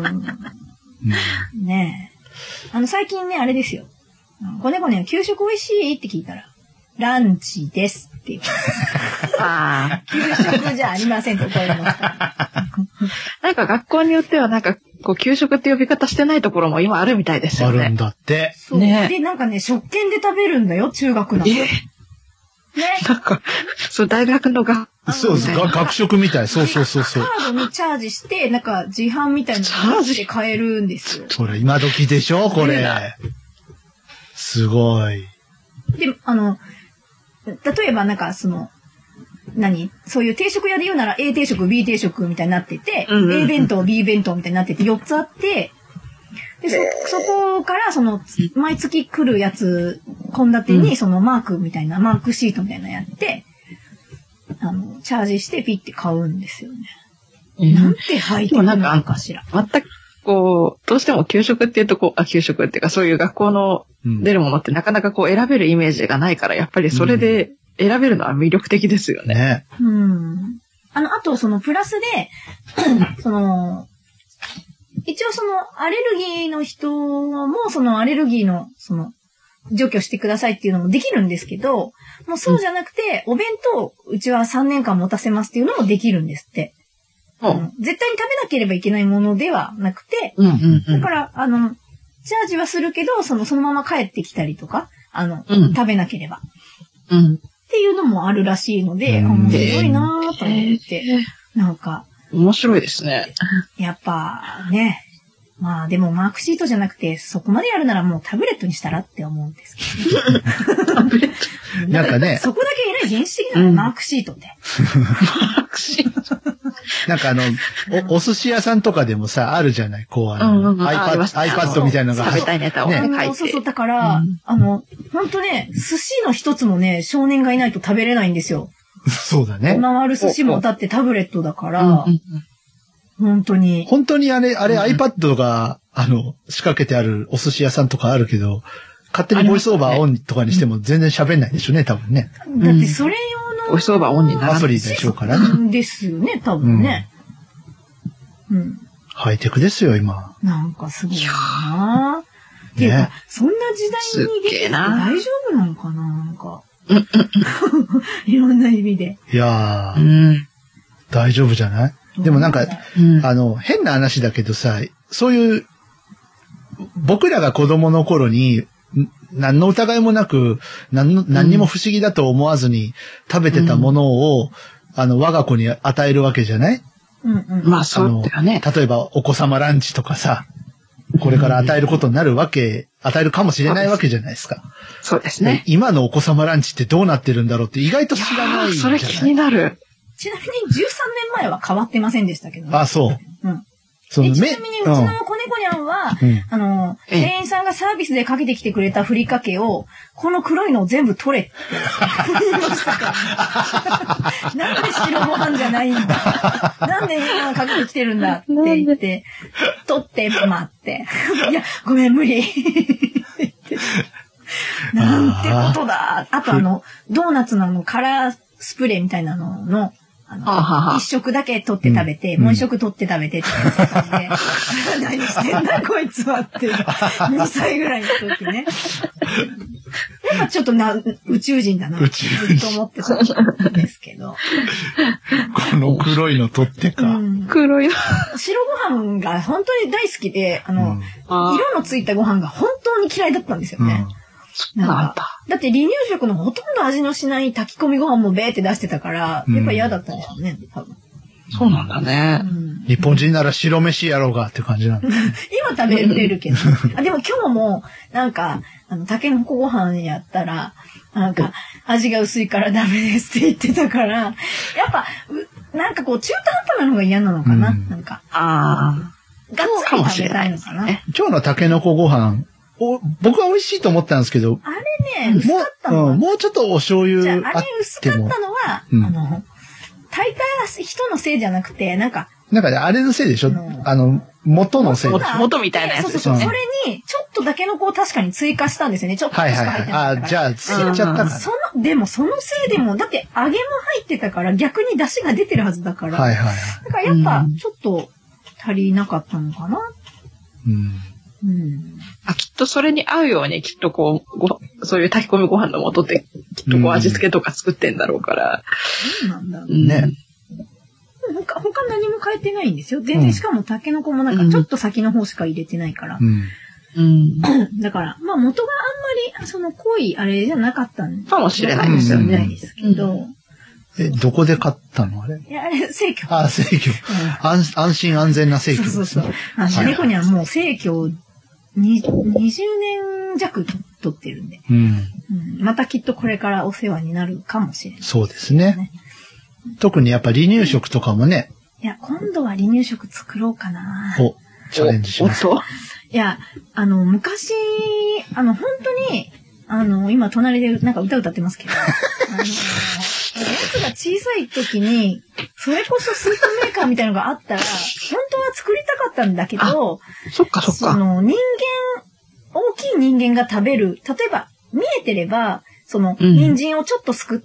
ねえ。あの、最近ね、あれですよ。子猫ね、給食美味しいって聞いたら、ランチですって言う。ああ。給食じゃありませんって怒られました。 なんか学校によってはなんか、こう、給食って呼び方してないところも今あるみたいですよね。 あるんだって。 そう。ね、で、なんかね、食券で食べるんだよ、中学なんて。えね。なんか、そう、大学のが、 そうそう、学食みたい。そうそうそうそう。 カードにチャージして、なんか自販みたいなので買えるんですよ。 これ、今時でしょこれ。すごい。 で、あの、例えばなんかその、何そういう定食屋で言うなら A 定食、B 定食みたいになってて、うんうんうん、A 弁当、B 弁当みたいになっててよっつあって、で、そ、そこからその、毎月来るやつ、献立にそのマークみたいな、マークシートみたいなのやって、あの、チャージしてピッて買うんですよね。うん、なんて入ってるのかしら。 全くこう、どうしても給食っていうとこう、あ、給食っていうかそういう学校の出るものってなかなかこう選べるイメージがないから、やっぱりそれで選べるのは魅力的ですよね。ね。 うん。あの、あとそのプラスで、その、一応そのアレルギーの人もそのアレルギーのその除去してくださいっていうのもできるんですけど、もうそうじゃなくて、うん、お弁当うちはさんねんかん持たせますっていうのもできるんですって。うん、絶対に食べなければいけないものではなくて、うんうんうん、だからあのチャージはするけどそのそのまま帰ってきたりとかあの、うん、食べなければ、うん、っていうのもあるらしいので、うん、面白いなぁと思って、えー、なんか面白いですね。 やっぱね。まあでもマークシートじゃなくてそこまでやるならもうタブレットにしたらって思うんですけど、ね。タブレットなんかね。そこだけ偉い原始的なの、うん、マークシートって。マークシートなんかあの、お、お寿司屋さんとかでもさ、あるじゃないこうあの、うんうん、iPad, iPad みたいなのが。 食べたいネタをね、 書いて。そうそう、だから、うん、あの、ほんとね、寿司の一つもね、少年がいないと食べれないんですよ。 そうだね。 回る寿司もだってタブレットだから、うんうんうん本当に。 本当にあれ、あれ iPad が、あの、仕掛けてあるお寿司屋さんとかあるけど、勝手にボイスオーバーオンとかにしても全然喋んないでしょうね、多分ね。 だってそれ用の。 ボイスオーバーオンになる。 アプリでしょうからね。ですよね、多分ね。 うん。うん、ハイテクですよ、今。 なんかすごいなぁ。っていうか、そんな時代に出てきて大丈夫なのかななんか。いろんな意味で。 いやー、うん、大丈夫じゃないでもなんか、うん、あの、変な話だけどさ、そういう、僕らが子供の頃に、何の疑いもなく、何の、何にも不思議だと思わずに食べてたものを、うん、あの、我が子に与えるわけじゃないうんうん。まあそうだよね。 例えば、お子様ランチとかさ、これから与えることになるわけ、与えるかもしれないわけじゃないですか。 そうですね。 今のお子様ランチってどうなってるんだろうって意外と知らないじゃない。 それ気になる。 ちなみにじゅうさんねんまえは変わってませんでしたけどね。 あ、そう。うん。 そのちなみにうちの子猫にゃんは、うん、あの、店員さんがサービスでかけてきてくれたふりかけを、この黒いのを全部取れって言いましたから、ね。なんで白ご飯じゃないんだ。なんで今かけてきてるんだって言って、取って待って。いや、ごめん、無理。なんてことだ。あとあの、ドーナツのあのカラースプレーみたいなのの、あの、ははは一食だけ取って食べて、うん、もう一食取って食べてって言ってたんで、うん、何してんだこいつはって、にさいぐらいの時ね。やっぱちょっとな、宇宙人だな、宇宙人ずっと思ってたんですけど。 この黒いの取ってか。うん、 黒いの。 白ご飯が本当に大好きで、あの、うん、色のついたご飯が本当に嫌いだったんですよね。うんなんかだって離乳食のほとんど味のしない炊き込みご飯もベーって出してたから、やっぱ嫌だったんでしょうね、多分。 そうなんだね、 うん。日本人なら白飯やろうがって感じなんだ。 今食べれるけど。あでも今日も、なんか、あの、タケノコご飯やったら、なんか、味が薄いからダメですって言ってたから、やっぱ、なんかこう、中途半端なのが嫌なのかな、うん、なんか。ああ。がっつり食べたいのかな。 今日のタケノコご飯、お僕は美味しいと思ったんですけど。 あれね、薄かったのは、 うん、もうちょっとお醤油じゃあ、あれ薄かったのは、うん、あの、炊いた人のせいじゃなくて、なんか。 なんかね、あれのせいでしょ、うん、あの、元のせいでしょ元みたいなやつでしょ、 そうそうそう。それに、ちょっとだけのこを確かに追加したんですよね。ちょっとしか入ってなかったから。はいはいはい。 あ、じゃあ、ついちゃったから。 その、でもそのせいでも、だって揚げも入ってたから、逆に出汁が出てるはずだから。はいはいはい。だからやっぱ、ちょっと足りなかったのかな。 うん。 うん、 あきっとそれに合うようにきっとこうごそういう炊き込みご飯の素ってきっとこう味付けとか作ってんだろうから。 そうなんだろうね。他他何も変えてないんですよ。全然しかもタケノコもなんかちょっと先の方しか入れてないから。 うんうん、 だからまあ元があんまりその濃いあれじゃなかったんかもしれないですよね。 ないですけど。うんえ、どこで買ったのあれいや、あれ、生協。 あ、生協、うん。安、安心安全な生協です、ね。 そうそうそう。あの、猫にはもう生協ににじゅうねん弱取ってるんで、 うんうん。またきっとこれからお世話になるかもしれない、ね。 そうですね。特にやっぱ離乳食とかもね。 いや、今度は離乳食作ろうかな。 お、チャレンジします。 おっといや、あの、昔、あの、本当に、あの、今隣でなんか歌歌ってますけど、あの、やつが小さい時に、それこそスープメーカーみたいなのがあったら、本当は作りたかったんだけど、 そっかそっか。 その人間、大きい人間が食べる、例えば見えてれば、その人参をちょっとすくって、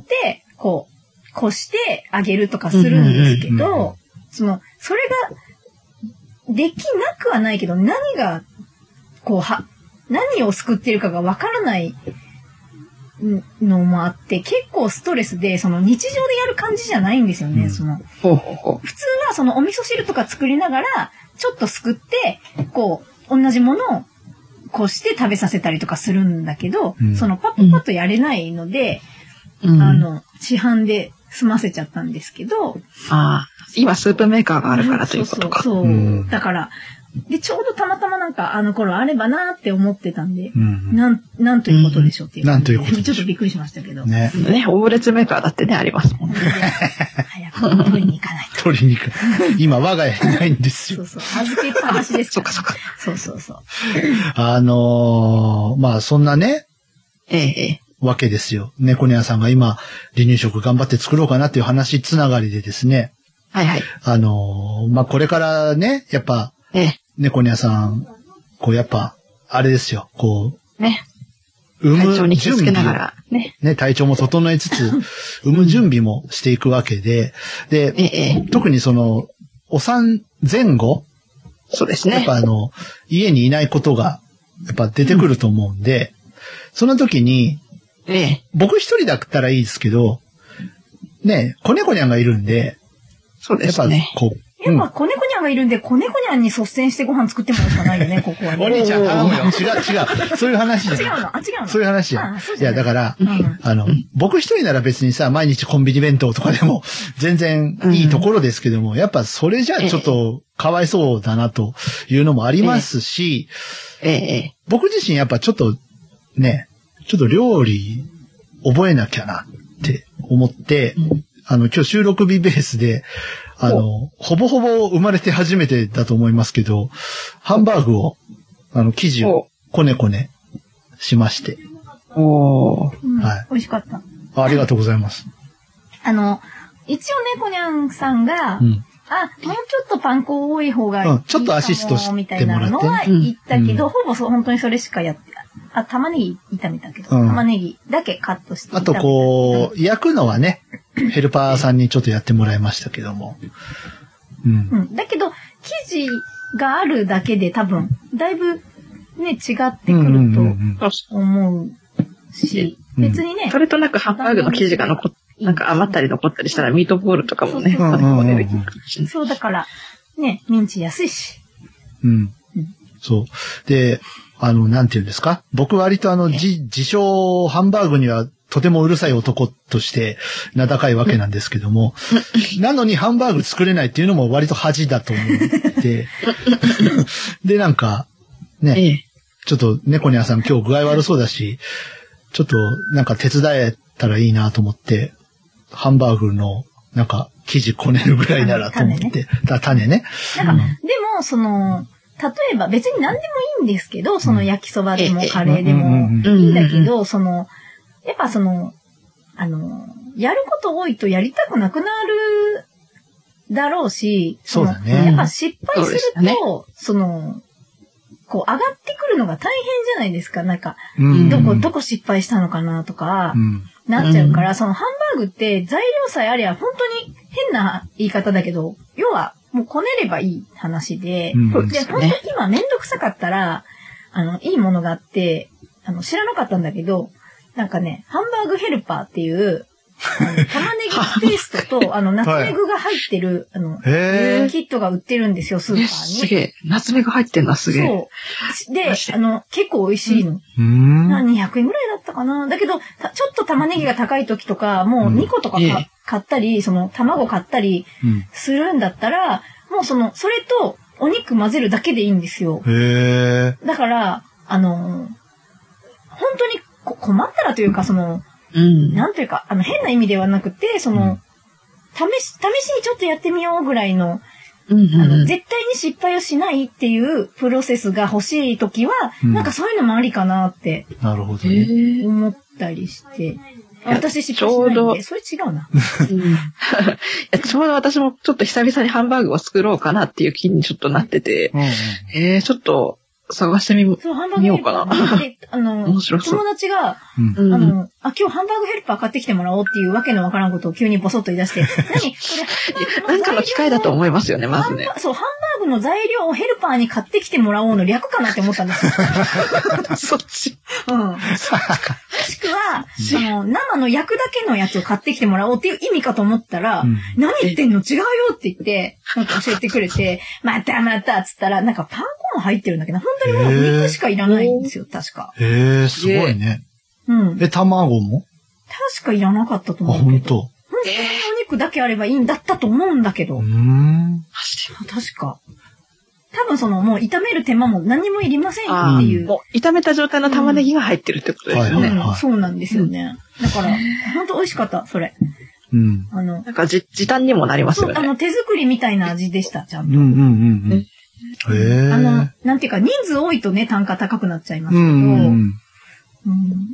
こう、こしてあげるとかするんですけど、その、それができなくはないけど、何が、こう、は、何をすくってるかがわからないのもあって、結構ストレスで、その日常でやる感じじゃないんですよね、うん、その。 ほうほうほう。 普通はそのお味噌汁とか作りながら、ちょっとすくって、こう、同じものをこうして食べさせたりとかするんだけど、うん、そのパッパッとやれないので、うん、あの、市販で済ませちゃったんですけど。 ああ、今スープメーカーがあるからということか。 そうそうそう。うん、だから、で、ちょうどたまたまなんかあの頃あればなーって思ってたんで、うん、なん、なんということでしょうっていう、 うん。なんということちょっとびっくりしましたけど。 ね。ね、オムレツメーカーだってね、ありますもんね。 早く取りに行かないと。 取りに行かない。今、我が家にないんですよ。 そうそう。預けっぱなしですから、 ね。そうかそうか。 そうそうそう。 あのー、まあそんなね。 ええ。 わけですよ。猫ニャンさんが今、離乳食頑張って作ろうかなっていう話つながりでですね。 はいはい。 あのー、まあこれからね、やっぱ、 ええ。 猫ニャンさん、こうやっぱ、あれですよ、こう。ね。 産む体調に気をつけながら、ね。 ね、体調も整えつつ、産む準備もしていくわけで、で、 ええ、 特にその、お産前後そうですね。 やっぱあの、家にいないことが、やっぱ出てくると思うんで、うん、その時に、 ええ、 僕一人だったらいいですけど、ね、子猫ニャンがいるんで、 そうですね。 やっぱこう、 やっぱ子猫ニャンがいるんで、子猫ニャンに率先してご飯作ってもらうしかないよね、ここはね。 お兄ちゃん頼むよ。違う違う。そういう話じゃ違うのあ、違うのそういう話じゃん。いや、だから、 うん、 あの、僕一人なら別にさ、毎日コンビニ弁当とかでも全然いいところですけども、うん、やっぱそれじゃちょっとかわいそうだなというのもありますし、 ええええ、 僕自身やっぱちょっとね、ちょっと料理覚えなきゃなって思って、 あの、今日収録日ベースで、あの、ほぼほぼ生まれて初めてだと思いますけど、ハンバーグを、あの、生地をこねこねしまして。 おー。うん、はい。美味しかった。 あ。ありがとうございます。 あの、一応猫にゃんさんが、うん、あ、もうちょっとパン粉多い方がいいかも、うん、 ちょっとアシストしてもらって、みたいなのは言ったけど、うん、ほぼそう本当にそれしかやって、あ、玉ねぎ炒めたけど、うん、玉ねぎだけカットして。 あとこう、焼くのはね、ヘルパーさんにちょっとやってもらいましたけども。 うん。うん、だけど、生地があるだけで多分、だいぶね、違ってくると思うし、別にね。 それとなくハンバーグの生地が残って、なんか余ったり残ったりしたらミートボールとかもね、 そう、だから、ね、ミンチ安いし。 うん。そう。で、あの、なんていうんですか？僕割とあの、自、自称ハンバーグにはとてもうるさい男として名高いわけなんですけども、なのにハンバーグ作れないっていうのも割と恥だと思って、で、なんか、ね、ちょっと猫ニャンさん今日具合悪そうだし、ちょっとなんか手伝えたらいいなと思って、ハンバーグのなんか生地こねるぐらいならと思って、種ね。種ね。 なんか、うん、でも、その、例えば別に何でもいいんですけど、その焼きそばでもカレーでもいいんだけど、その、やっぱその、あの、やること多いとやりたくなくなるだろうし、 そうだね。 やっぱ失敗すると、ね、その、こう上がってくるのが大変じゃないですか。なんか、うん、どこ、どこ失敗したのかなとか、うん、なっちゃうから、うん、そのハンバーグって材料さえありゃ本当に変な言い方だけど、要はもうこねればいい話で、うん、で、本当に今めんどくさかったら、あの、いいものがあって、あの、知らなかったんだけど、なんかね、ハンバーグヘルパーっていう、あの玉ねぎペーストと、あの、ナツメグが入ってる、あの、キットが売ってるんですよ、スーパーに。 すげえ。ナツメグ入ってんのすげえ。 そう。で、あの、結構美味しいの。うん。にひゃくえんぐらいだったかな。だけど、ちょっと玉ねぎが高い時とか、もうにことか、うん、買ったり、その、卵買ったりするんだったら、うん、もうその、それとお肉混ぜるだけでいいんですよ。 へだから、あの、本当に困ったらというか、その、うん、なんというか、あの、変な意味ではなくて、その、うん、試し、試しにちょっとやってみようぐらいの、うんうんうん、あの、絶対に失敗をしないっていうプロセスが欲しいときは、うん、なんかそういうのもありかなって、 なるほどね。 思ったりして。私失敗しないんで、それ違うな。 うん、いやちょうど私もちょっと久々にハンバーグを作ろうかなっていう気にちょっとなってて、うんうん、えー、ちょっと、探してみ、そう、ハンバーグヘルパー。見ようかな。で、あの、面白そう。 友達が、うん、あの、あ、今日ハンバーグヘルパー買ってきてもらおうっていうわけのわからんことを急にボソッと言い出して、何それ、なんかの機会だと思いますよね、まずね。 そう、ハンバーグの材料をヘルパーに買ってきてもらおうの略かなって思ったんですよ。 そっち。 うん。もしくは、あの、生の焼くだけのやつを買ってきてもらおうっていう意味かと思ったら、うん、何言ってんの違うよって言って、なんか教えてくれて、またまたっつったら、なんかパン粉も入ってるんだけど、本当にもう肉しかいらないんですよ、確か。 へえ、すごいね。うん。え、卵も確かいらなかったと思うけど。本当。本当にお肉だけあればいいんだったと思うんだけど。うーん。確か。多分その、もう炒める手間も何もいりませんっていう。もう炒めた状態の玉ねぎが入ってるってことですよね。 うん、そうなんですよね。だから、本当美味しかった、それ。 うん。 あの、なんか時短にもなりますよね。 そう、あの、手作りみたいな味でした、ちゃんと。 うんうんうんうん。へあの、なんていうか、人数多いとね、単価高くなっちゃいますけど、うん、うん、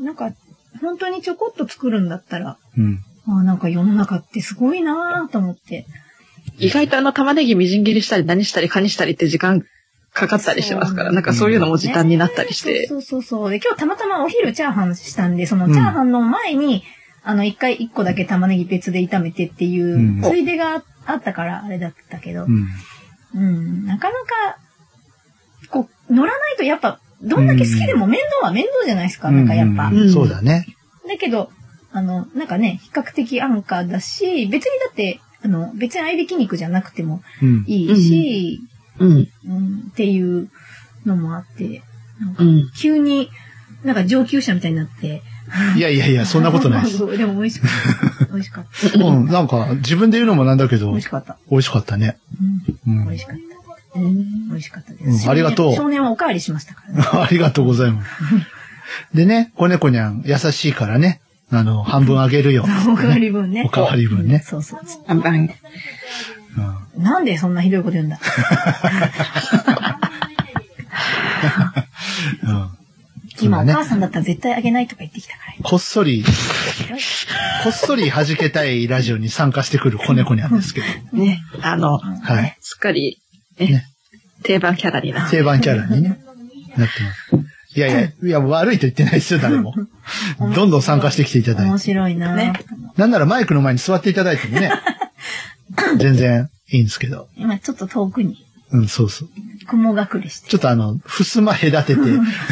なんか、本当にちょこっと作るんだったら、うん、あなんか世の中ってすごいなぁと思って。 意外とあの玉ねぎみじん切りしたり何したりかにしたりって時間かかったりしてますから、なんかそういうのも時短になったりして。 そうそうそう。で、今日たまたまお昼チャーハンしたんで、そのチャーハンの前に、うん、あの、一回一個だけ玉ねぎ別で炒めてっていう、うん、ついでがあったからあれだったけど、うんうん、なかなか、こう、乗らないとやっぱ、どんだけ好きでも面倒は面倒じゃないですか、うん、なんかやっぱ、 うん。そうだね。 だけど、あの、なんかね、比較的安価だし、別にだって、あの、別に合いびき肉じゃなくてもいいし、うん。うん、っていうのもあって、なんか、急に、なんか上級者みたいになって、 いやいやいや、そんなことないです。 でも美味しかった。美味しかった。 うん、なんか、自分で言うのもなんだけど、 美味しかった。 美味しかったね。 うん。美味しかった。うん、美味しかったです。 うん、ありがとう。 少年はおかわりしましたからね。 ありがとうございます。でね、子猫にゃん優しいからね、 あの、半分あげるよ。 おかわり分ね。 おかわり分ね。 そうそう。 半分。 なんでそんなひどいこと言うんだ。今お母さんだったら絶対あげないとか言ってきたから。 こっそり、こっそり弾けたいラジオに参加してくる子猫なんですけど。 ね、あの、 はい。 すっかり、ね、定番キャラになって。 定番キャラにね、なってます。いやいや、いや、悪いと言ってないですよ、誰も。どんどん参加してきていただいて。 面白いなね。 なんならマイクの前に座っていただいてもね、全然いいんですけど。 今ちょっと遠くに。 うん、そうそう。 雲隠れして。 ちょっとあの、ふすま隔てて。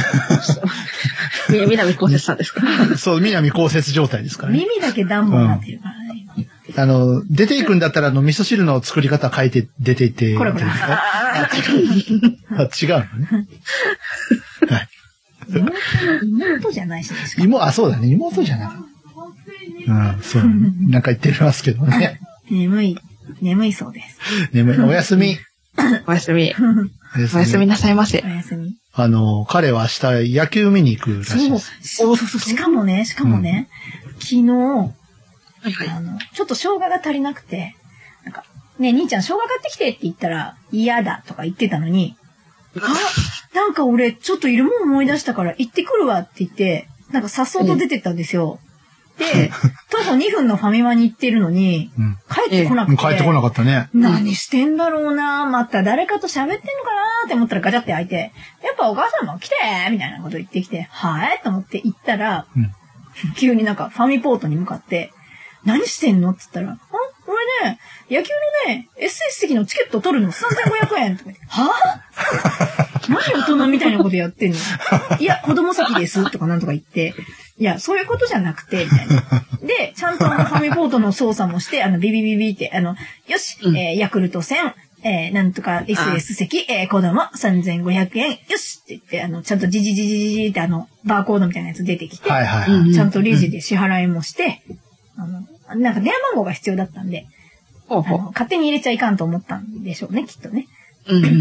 南こうせつさんですか？ そう、南こうせつ状態ですからね。 耳だけ暖房になってるからね。 あの、出ていくんだったら、あの、味噌汁の作り方変えて出ていって。 これこれ。 あ、違う。あ、違うのね。はい。 妹、妹じゃないしね。 妹、あ、そうだね。妹じゃない。うん、そう。なんか言ってますけどね。 眠い、眠いそうです。 眠い。おやすみ。 おやすみ。おやすみなさいませ。 おやすみ。 あの、彼は明日野球見に行くらしいです。 そうそうそう。しかもね、しかもね、うん、昨日、はいはい、あの、ちょっと生姜が足りなくて、なんか、ねえ、兄ちゃん生姜買ってきてって言ったら、嫌だとか言ってたのに、あ、なんか俺、ちょっといるもん思い出したから行ってくるわって言って、なんかさっそうと出てったんですよ。で、徒歩にふんのファミマに行ってるのに、うん、帰ってこなくて、 帰ってこなかったね。 何してんだろうな、また誰かと喋ってんのかなって思ったらガチャって開いて、やっぱお母さんも来てみたいなこと言ってきて、はいと思って行ったら、うん、急になんかファミポートに向かって、何してんのって言ったら、あ、俺ね、野球のね、エスエス 席のチケット取るのさんぜんごひゃくえんとか言って、はぁ何大人みたいなことやってんのいや、子供席ですとかなんとか言って、いや、そういうことじゃなくて、みたいな。で、ちゃんとあのファミポートの操作もして、あの、ビビビビって、あの、よし、うん、えー、ヤクルトせん、えー、なんとか エスエス 席、えー、子供さんぜんごひゃくえん、よしって言って、あの、ちゃんとジジジジジジってあの、バーコードみたいなやつ出てきて、 はいはいはい、 ちゃんとレジで支払いもして、あの、なんか電話番号が必要だったんで、 ほうほう、 あの勝手に入れちゃいかんと思ったんでしょうね、きっとね。 うんうんうん、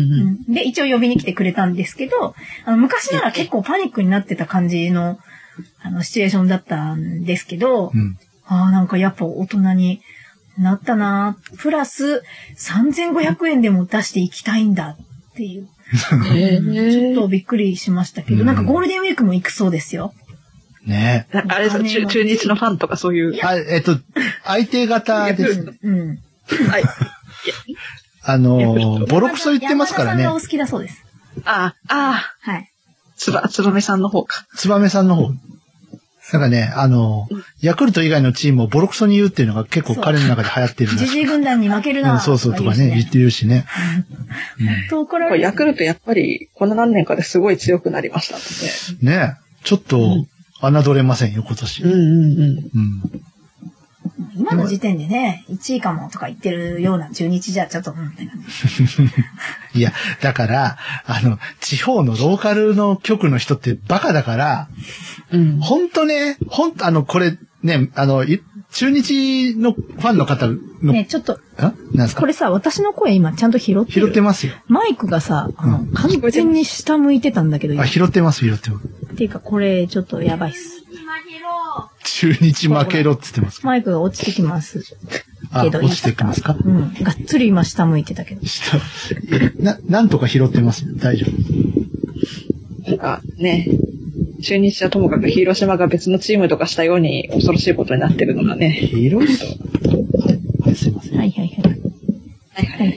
で、一応呼びに来てくれたんですけど、あの昔なら結構パニックになってた感じの、あの、シチュエーションだったんですけど、うん、ああ、なんかやっぱ大人になったな、プラスさんぜんごひゃくえんでも出していきたいんだっていう。ちょっとびっくりしましたけど、うん、なんかゴールデンウィークも行くそうですよ。 ねえ。あれです中、中日のファンとかそういう。 あ、えっと、相手方ですね。 うん。 はい。 あの、ボロクソ言ってますからね。 山田さんがお好きだそうです。 ああ、ああ。はい。 つば、つばめさんの方か。 つばめさんの方。なんかね、あの、ヤクルト以外のチームをボロクソに言うっていうのが結構彼の中で流行ってるんです。 ジジイ軍団に負けるな、 うん。そうそうとかね、言ってるしね。 うん、これヤクルトやっぱりこの何年かですごい強くなりましたので。ねちょっと侮れませんよ、今年。 うんうんうん。うん今の時点でね、いちいかもとか言ってるような中日じゃちょっと、うん、って感じ。いや、だから、あの、地方のローカルの局の人ってバカだから、うん、ほんとね、ほんと、あの、これ、ね、あの、中日のファンの方の。 ね、ちょっと、 あなんすかこれさ、私の声今ちゃんと拾ってる。 拾ってますよ。 マイクがさ、あの、うん、完全に下向いてたんだけど。 あ、拾ってます、拾ってます。 っていうか、これ、ちょっとやばいっす。 中日負けろって言ってます。 マイクが落ちてきます。 けど、落ちてきますか？ うん。がっつり今下向いてたけど。 下、な、なんとか拾ってますよ。大丈夫。なんかね、中日はともかく広島が別のチームとかしたように恐ろしいことになってるのがね。 広島はい、すいません。 はいはいはい。はいはいはい。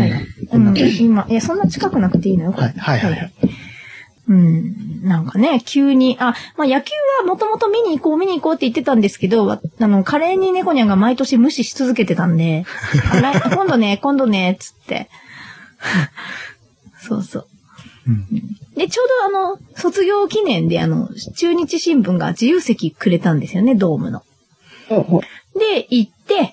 はい。うん、今、いや、そんな近くなくていいのよ。 はいはいはい。 うん。なんかね、急に、あ、まあ、野球はもともと見に行こう見に行こうって言ってたんですけど、あの、華麗に猫ニャンが毎年無視し続けてたんで、今度ね、今度ね、つって。そうそう。うん、で、ちょうどあの、卒業記念であの、中日新聞が自由席くれたんですよね、ドームの。で、行って、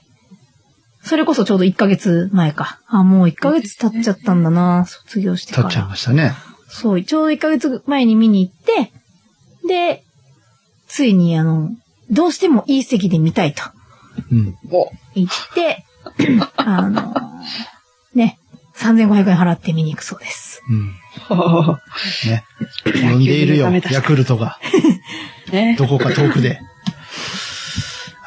それこそちょうどいっかげつまえか。あ、もういっかげつ経っちゃったんだな、卒業してから。 経っちゃいましたね。 そう、ちょうどいっかげつまえに見に行って、で、ついにあの、どうしてもいい席で見たいと。うん。言って、あの、ね、さんぜんごひゃくえん払って見に行くそうです。うん。 ね。呼んでいるよ、ヤクルトが。ね。どこか遠くで。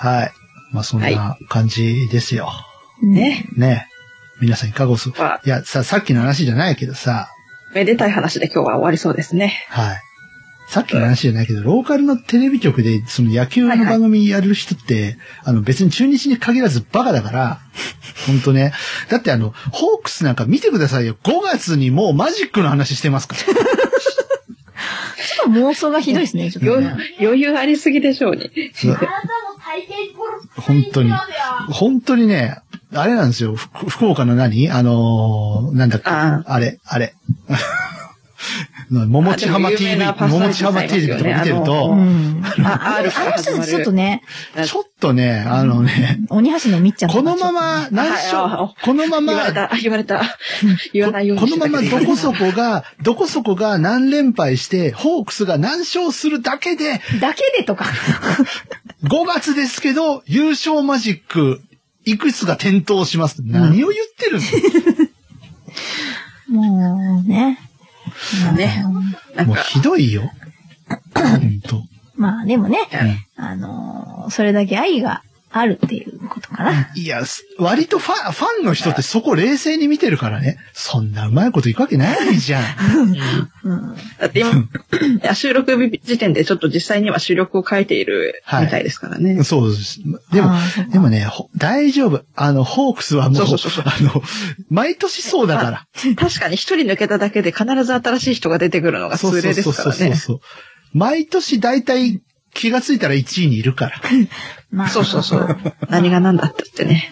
はい。まあそんな感じですよ。 はい、ね。 ね。皆さんいかがおす、いや、さ、さっきの話じゃないけどさ。 めでたい話で今日は終わりそうですね。 はい。さっきの話じゃないけど、ローカルのテレビ局で、その野球の番組やる人って、はいはい、あの別に中日に限らずバカだから、ほんとね。だってあの、ホークスなんか見てくださいよ。ごがつにもうマジックの話してますから。 ちょっと妄想がひどいですね、ちょっとね。 余裕ありすぎでしょうに。 本当に。本当にね、あれなんですよ。福岡の何あのー、なんだっけ。あ, あれ、あれ。桃地浜 ティーブイ、桃地浜 ティーブイ とか見てると、 あ、あるから始まる。ちょっとね。 ちょっとね、あのね。 鬼橋のみっちゃんこのまま、何勝、このまま。 言われた、言われた。言わないようにこのままどこそこが、どこそこが何連敗して、ホークスが何勝するだけで。 だけでとか。 ごがつですけど、優勝マジック、いくつが点灯します。何を言ってるの、もうね。 ね。 もうひどいよ。本当。 まあでもね、うん、あのー、それだけ愛があるっていうことかな。 いや、割とファン、ファンの人ってそこ冷静に見てるからね。そんなうまいこといくわけないじゃん。 うん、だって今、いや収録時点でちょっと実際には収録を書いているみたいですからね。 はい、そうです。でも、でもね、大丈夫。あの、ホークスはもう、そうそうそうそうあの、毎年そうだから。 確かに一人抜けただけで必ず新しい人が出てくるのが通例ですからね。そうそうそうそう。 毎年大体気がついたらいちいにいるから。 まあ、そうそうそう。何が何だったってね。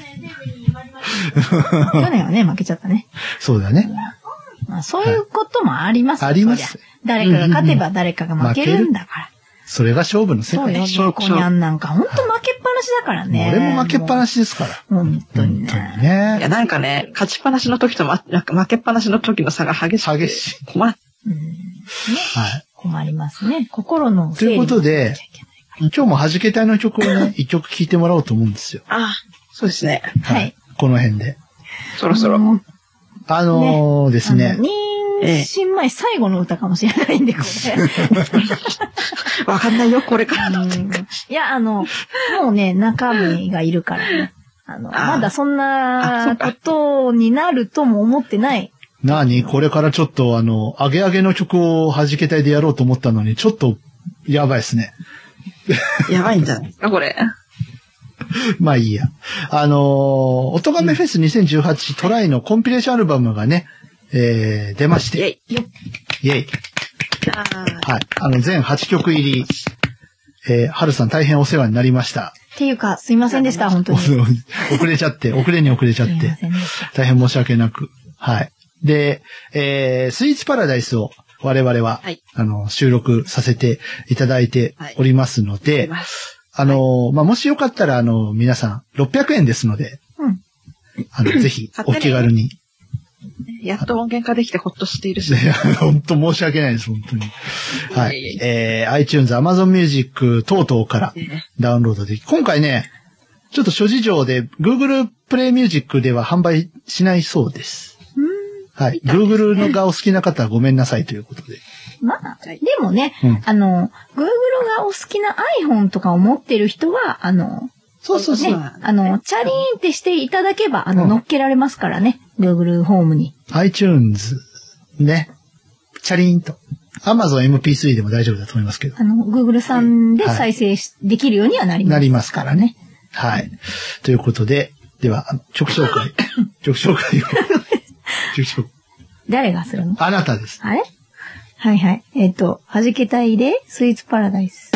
去年はね、負けちゃったね。 そうだね。 まあ、そういうこともありますよ、 はい、あります。 誰かが勝てば誰かが負けるんだから。うんうん、 それが勝負の世界。 そうよ、こにゃんなんか、ほんと負けっぱなしだからね。 俺も負けっぱなしですから。 本当にね。 本当にね。 いや、なんかね、勝ちっぱなしの時と負けっぱなしの時の差が激しい。 激しい。 困る。 うん。ね。 はい。 困りますね。心の整理。ということで、今日も弾け隊の曲をね、一曲聴いてもらおうと思うんですよ。 ああ、そうですね。 はい。 この辺で。 そろそろ。 あのーですね。 妊娠前最後の歌かもしれないんで、これ。わかんないよ、これからの。 いや、あの、もうね、中身がいるからね。あの、まだそんなことになるとも思ってない。 なにこれからちょっとあの、上げ上げの曲を弾け隊でやろうと思ったのに、ちょっと、やばいですね。 やばいんじゃないですか、これ。 まあいいや。あのー、おとがめフェスにせんじゅうはちトライのコンピレーションアルバムがね、えー、出まして。 イェイ。 イェイ。はい。あの、全はちきょく入り、えー、はるさん大変お世話になりました。 っていうか、すいませんでした、本当に。 遅れちゃって、遅れに遅れちゃって。大変申し訳なく。はい。で、えー、スイーツパラダイスを我々は、はい、あの、収録させていただいておりますので、はい、あの、はい、まあ、もしよかったら、あの、皆さん、ろっぴゃくえんですので、うん、あの、ぜひ、お気軽に。 やっと音源化できてほっとしているし。 本当申し訳ないです、本当に。はい。えー、iTunes、Amazon Music 等々からダウンロードでき、今回ね、ちょっと諸事情で Google Play Music では販売しないそうです。はい。Google のがお好きな方はごめんなさいということで。 まあ、でもね、うん、あの、Google がお好きな iPhone とかを持ってる人は、あの、 そうそうそう。 ね、あの、チャリーンってしていただけば、あの、うん、乗っけられますからね。Google ホームに。 iTunes、ね。チャリーンと。Amazon エムピースリー でも大丈夫だと思いますけど。 あの、Google さんで再生し、はい、できるようにはなります。 なりますからね。はい。ということで、では、曲紹介。曲紹介を。 誰がするの？ あなたです。 あれ？はいはい。えっと、弾けたいで、スイーツパラダイス。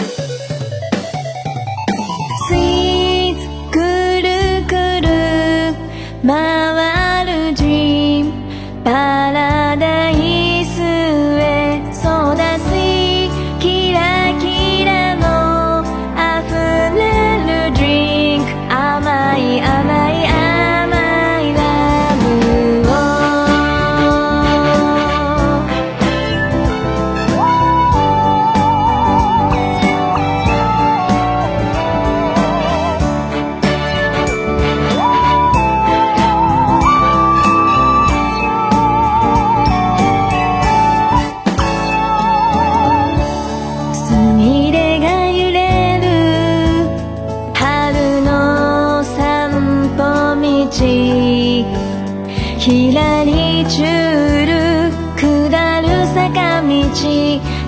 スイーツ、くるくる、回るdream、パラダイスへ、そうだ、スイー、キラキラの、溢れるドリンク、甘い甘い甘いラブを。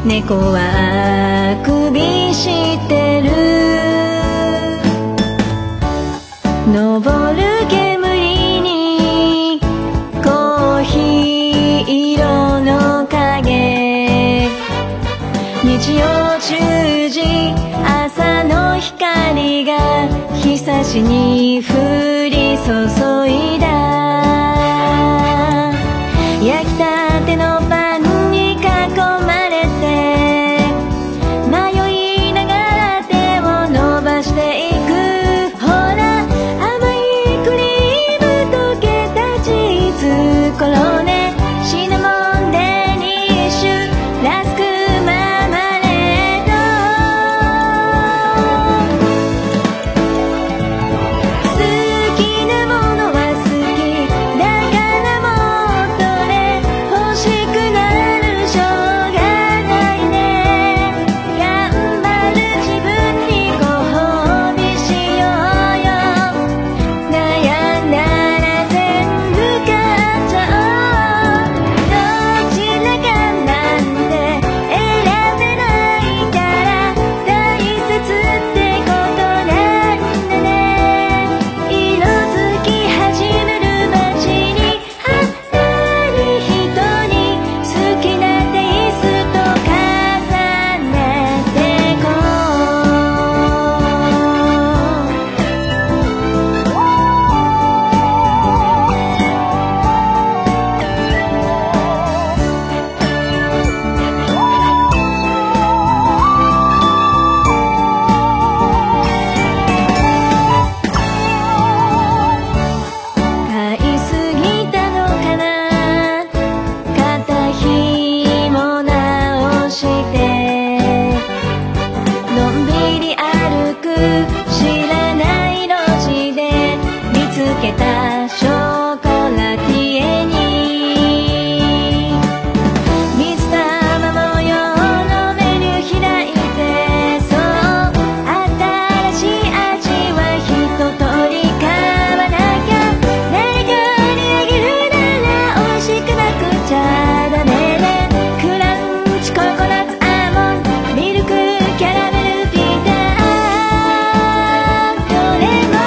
猫はあくびしてる昇る煙にコーヒー色の影日曜十時朝の光が日差しに降り注いだ焼きたてのパンに囲まれて迷いながら手を伸ばしていくほら甘いクリーム溶けたチーズコロネシナモンデニッシュラスクママレード好きなものは好きだからもっとね欲しくなるしょうがないね頑張る自分にご褒美しようよ悩んだら全部買っちゃおうどちらかなんて選べないから大切ってことなんだね色づき始める街にある人に好きなテイスト重ねてこ買いすぎたのかな肩ひも直してのんびり歩く知らない路地で見つけたショコラティエに水玉模様のメニュー開いてそう新しい味は一通り買わなきゃ誰かにあげるなら美味しくなくちゃダメねクランチココナッツアーモンドミルクキャラメルピタどれも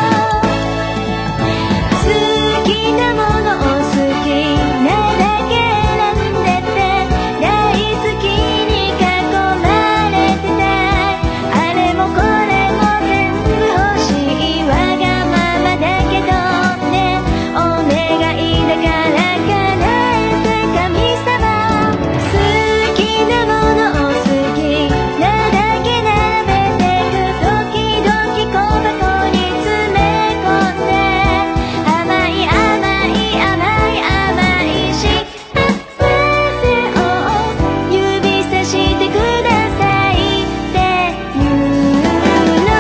好きなものを好きなだけ選んでて大好きに囲まれてたあれもこれも全部欲しいわがままだけどねお願いだから叶えて神様好きなものを好きなだけ並べてく時々小箱に詰め込んで甘い甘い甘い甘いし合わせを指さしてくださいって言うの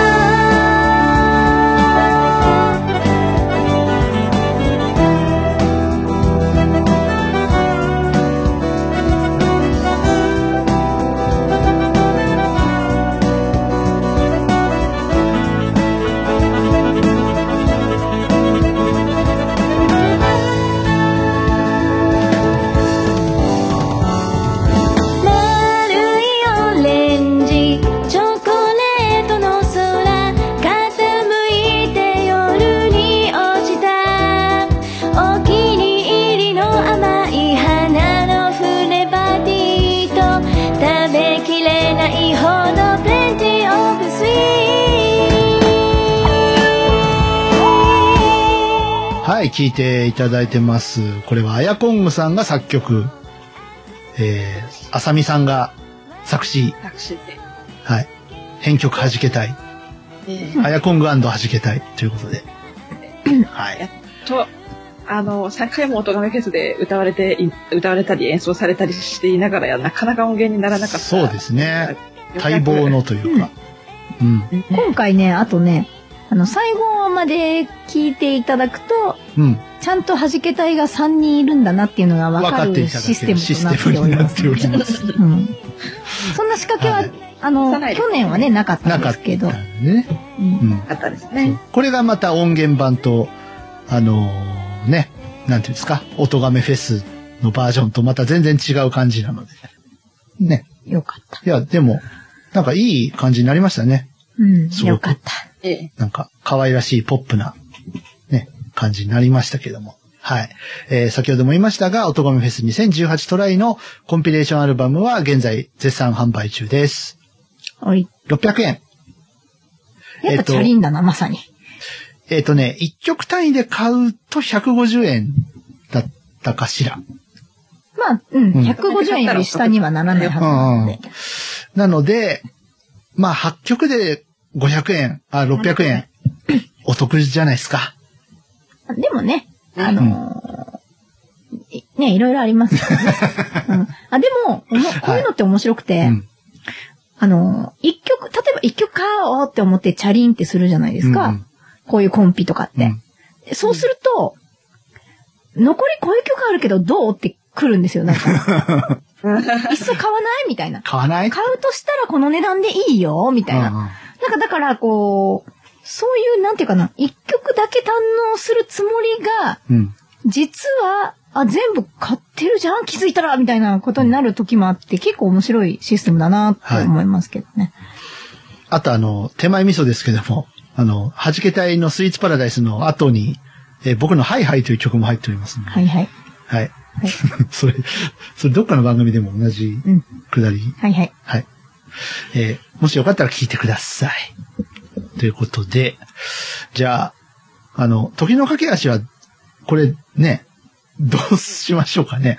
丸いオレンジチョコレートの空傾いて夜に落ちたお気に入りの甘い花のフレバティーと食べきれないほどプレンティオブスイはい、聞いていただいてます。これはアヤコングさんが作曲、えー、あさみさんが作詞、 タクシーで。 はい、編曲弾けたい、 えアヤコング弾けたいということで、はい。 やっと、あの、さんかいも音がめフェスで歌われてい、歌われたり演奏されたりしていながらや、なかなか音源にならなかった。 そうですね。待望のというか。うん。 今回ね、あとね、あの、最後まで聞いていただくと、 うん。 ちゃんと弾け隊がさんにんいるんだなっていうのが分かるシステムとなっております。 システムになっております。 うん。そんな仕掛けは、はい、あの、去年はね、なかったんですけど。 なかったね。 うん。なかったですね。 これがまた音源版と、あのー、ね、なんていうんですか、音亀フェスのバージョンとまた全然違う感じなので。 ね。 よかった。 いや、でも、なんかいい感じになりましたね。 うん、よかった。 なんか、可愛らしいポップな、ね、感じになりましたけども。はい。えー、先ほども言いましたが、おとがめフェスにせんじゅうはちトライのコンピレーションアルバムは現在絶賛販売中です。 はい。 ろっぴゃくえん。 やっぱチャリンだな、えー、まさに。 えっとね、いっきょく単位で買うとひゃくごじゅうえんだったかしら。 まあ、うん、うん、ひゃくごじゅうえんより下にはならないはずなので。うん、 なので、まあ、はっきょくでごひゃくえん、あ、ろっぴゃくえん。お得じゃないですか。 でもね、あのーうん、ね、いろいろありますよね。うん、あ、でも、こういうのって面白くて、はいうん、あのー、一曲、例えば一曲買おうって思ってチャリンってするじゃないですか。うん、こういうコンピとかって。うん、そうすると、残りこういう曲あるけどどうって来るんですよ、なんか。いっそ買わないみたいな。 買わない買うとしたらこの値段でいいよみたいな。うんうん、なんかだから、こう、そういう、なんていうかな、一曲だけ堪能するつもりが、うん、実は、あ、全部買ってるじゃん気づいたらみたいなことになる時もあって、結構面白いシステムだなって思いますけどね。 はい、あとあの、手前味噌ですけども、あの、はじけ隊のスイーツパラダイスの後に、えー、僕のハイハイという曲も入っておりますので。 はいはい。 はい。はい、それ、それどっかの番組でも同じくだり、うん。 はいはい。 はい。えー、もしよかったら聞いてください。ということで、じゃあ、あの、時の駆け足は、これね、どうしましょうかね。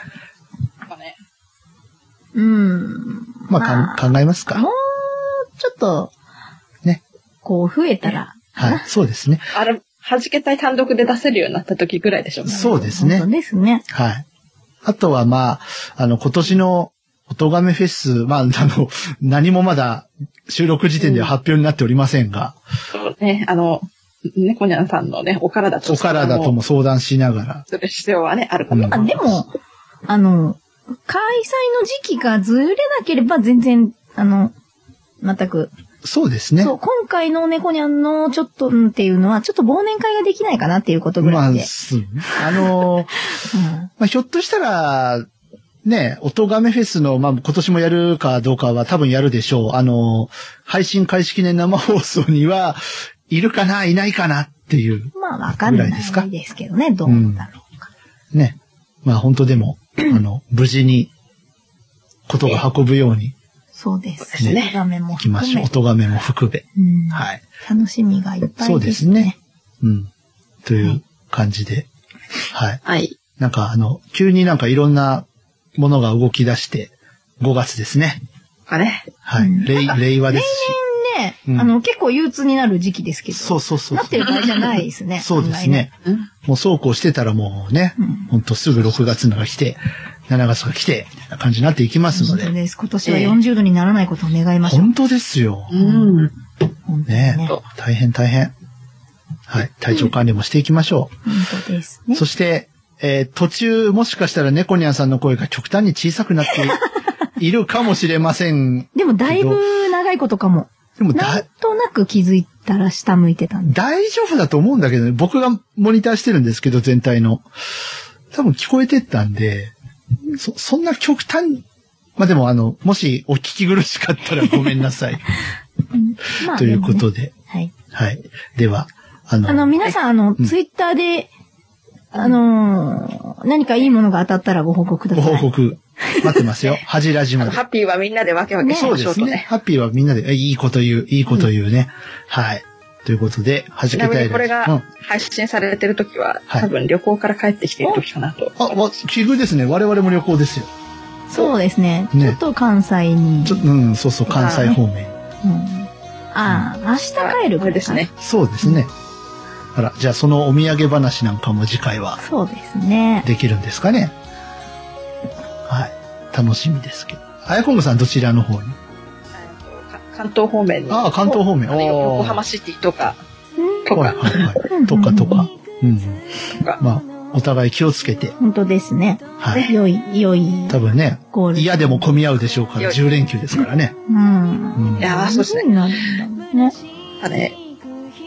うーん。 まあ、まあ、考えますか。 もう、ちょっと、 ね。 こう、増えたら。 はい、そうですね。 あれ、弾けたい単独で出せるようになった時ぐらいでしょうね。 そうですね。 そうですね。 はい。あとは、まあ、あの、今年の、おとがめフェス、まあ、あの、何もまだ収録時点では発表になっておりませんが。 うん、そうね、あの、猫ニャンさんのね、お体と。 お体とも相談しながら。 する必要はね、あるかも。 まあ、でも、あの、開催の時期がずれなければ全然、あの、全く。 そうですね。 そう、今回の猫ニャンのちょっと、うんっていうのは、ちょっと忘年会ができないかなっていうことぐらいで。 まあ、あの、うんまあ、ひょっとしたら、ね、おとがめフェスの、まあ、今年もやるかどうかは多分やるでしょう。あの、配信開始記念生放送には、いるかないないかなっていう。 まあ、わかんないですけどね、どうだろうか。 うん、ね。まあ、本当でも、あの、無事に、ことが運ぶように。 そうですね。おとがめも含め。 行きましょう。おとがめも含め。 うん、 はい。 楽しみがいっぱいですね。 そうですね。うん。という感じで。はい。 はい。 なんか、あの、急になんかいろんな、ものが動き出して、ごがつですね。 あれはい。うん、令令和ですし。 例年ね、うん、あの、結構憂鬱になる時期ですけど。 そうそうそう。 なってる場合じゃないですね。 そうですね。うん、もうそうこうしてたらもうね、うん、ほんとすぐろくがつが来て、しちがつが来て、みたいな感じになっていきますので。 そうです。今年はよんじゅうどにならないことを願いましょう。 本当ですよ。 うん。 ねね大変大変。はい。体調管理もしていきましょう。本当ですね。 そして、えー、途中もしかしたら猫ニャンさんの声が極端に小さくなっているかもしれません。 でもだいぶ長いことかも。でもなんとなく気づいたら下向いてたんで。 大丈夫だと思うんだけどね。僕がモニターしてるんですけど、全体の。多分聞こえてったんで、そ、そんな極端に、まあ、でもあの、もしお聞き苦しかったらごめんなさい。まあ、ということで。ね、 はい。 はい。では、あの。 あの、皆さん、あの、うん、ツイッターで、あのー、何かいいものが当たったらご報告ください。 ご報告。待ってますよ。はじらじまで。 ハッピーはみんなでわけわけしましょうとね。そうですね。 ハッピーはみんなで、いいこと言う、いいこと言うね。うん、はい。ということで、はじけたいです。ちなみにこれが配信されてる時は、うん、多分旅行から帰ってきてる時かなと。 あ、あ、奇遇ですね。我々も旅行ですよ。 そうですね。ねちょっと関西に。 ちょうん、そうそう、関西方面。 うん、ああ、明日帰るからですね。 そうですね。あら、じゃあそのお土産話なんかも次回は。 そうですね。 できるんですかね。はい。楽しみですけど。あやこんぐさんどちらの方に関東方面に。 ああ、関東方面。 横浜シティとか。 とか。はいはいはい。とかとか。うん。まあ、お互い気をつけて。 本当ですね。はい。良い、良い。 多分ね、嫌でも混み合うでしょうから、じゅう連休ですからね。 うん。 いやー、そうですね。あれ、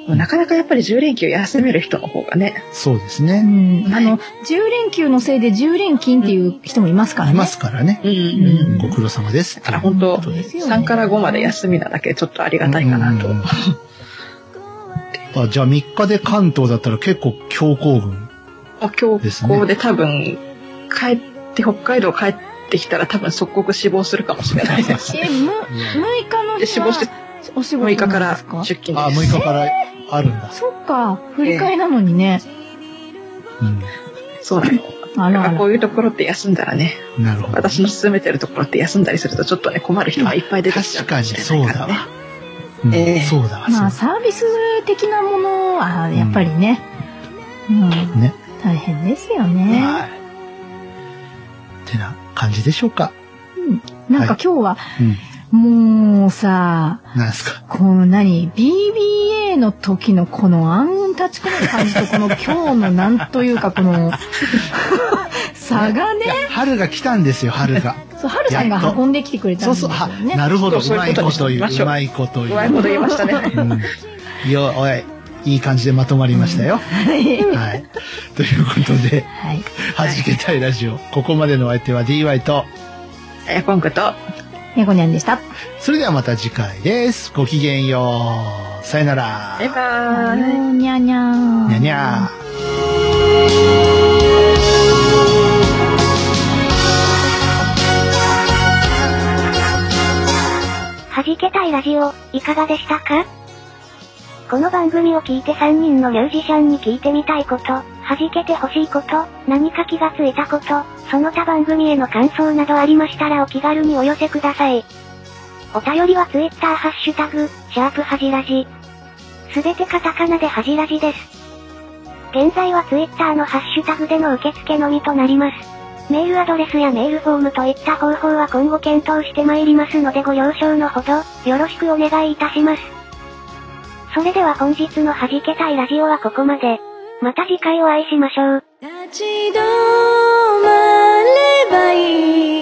なかなかやっぱりじゅう連休休める人の方がね。 そうですね。 うん、あの、じゅう連休のせいでじゅう連勤っていう人もいますからね。 いますからね。うん。ご苦労様です。 だから本当、さんからごまで休みなだけちょっとありがたいかなと。 あ、じゃあみっかで関東だったら結構強行軍、ね。 あ、強行で多分、帰って、北海道帰ってきたら多分即刻死亡するかもしれないです。 え、む、むいかの日は死亡して、お仕事むいかから出勤です。 あ、むいかからあるんだ。 そっか、振り替えなのにね。 えー、うん。そうなの。あらあらこういうところって休んだらね。 なるほど。 私の勤めてるところって休んだりするとちょっとね、困る人がいっぱい出てきちゃうかもしれないからね。 確かにそうだわ。うん、えー、そうだわ。 まあ、サービス的なものは、やっぱりね。うん。うん、ね。大変ですよね。はい。 ってな感じでしょうか。 うん。なんか今日は、はいうん、もうさ、 なんすかこの何 ビービーエー の時のこの暗雲立ち込む感じとこの今日のなんというかこの差がね。 春が来たんですよ、春が。 そう、春さんが運んできてくれたんですよね。 そうそう、なるほど、うまいこと言う、うまいこと言う。 うまいこと言いましたね。うん、 よ、おい。いい感じでまとまりましたよ。はい。ということで、はい、はじけたいラジオ。ここまでのお相手は ディーワイ と、 やこんこと、 やこにゃんでした。 それではまた次回です。ごきげんよう。さよなら。 バイバーイ。 にゃにゃー。 にゃにゃー。はじけたいラジオ、いかがでしたか？この番組を聞いてさんにんのミュージシャンに聞いてみたいこと、弾けてほしいこと、何か気がついたこと、その他番組への感想などありましたらお気軽にお寄せください。お便りはツイッターハッシュタグ、シャープはじラジ。すべてカタカナではじラジです。現在はツイッターのハッシュタグでの受付のみとなります。メールアドレスやメールフォームといった方法は今後検討してまいりますのでご了承のほど、よろしくお願いいたします。それでは本日の弾けたいラジオはここまで。また次回お会いしましょう。立ち止まればいい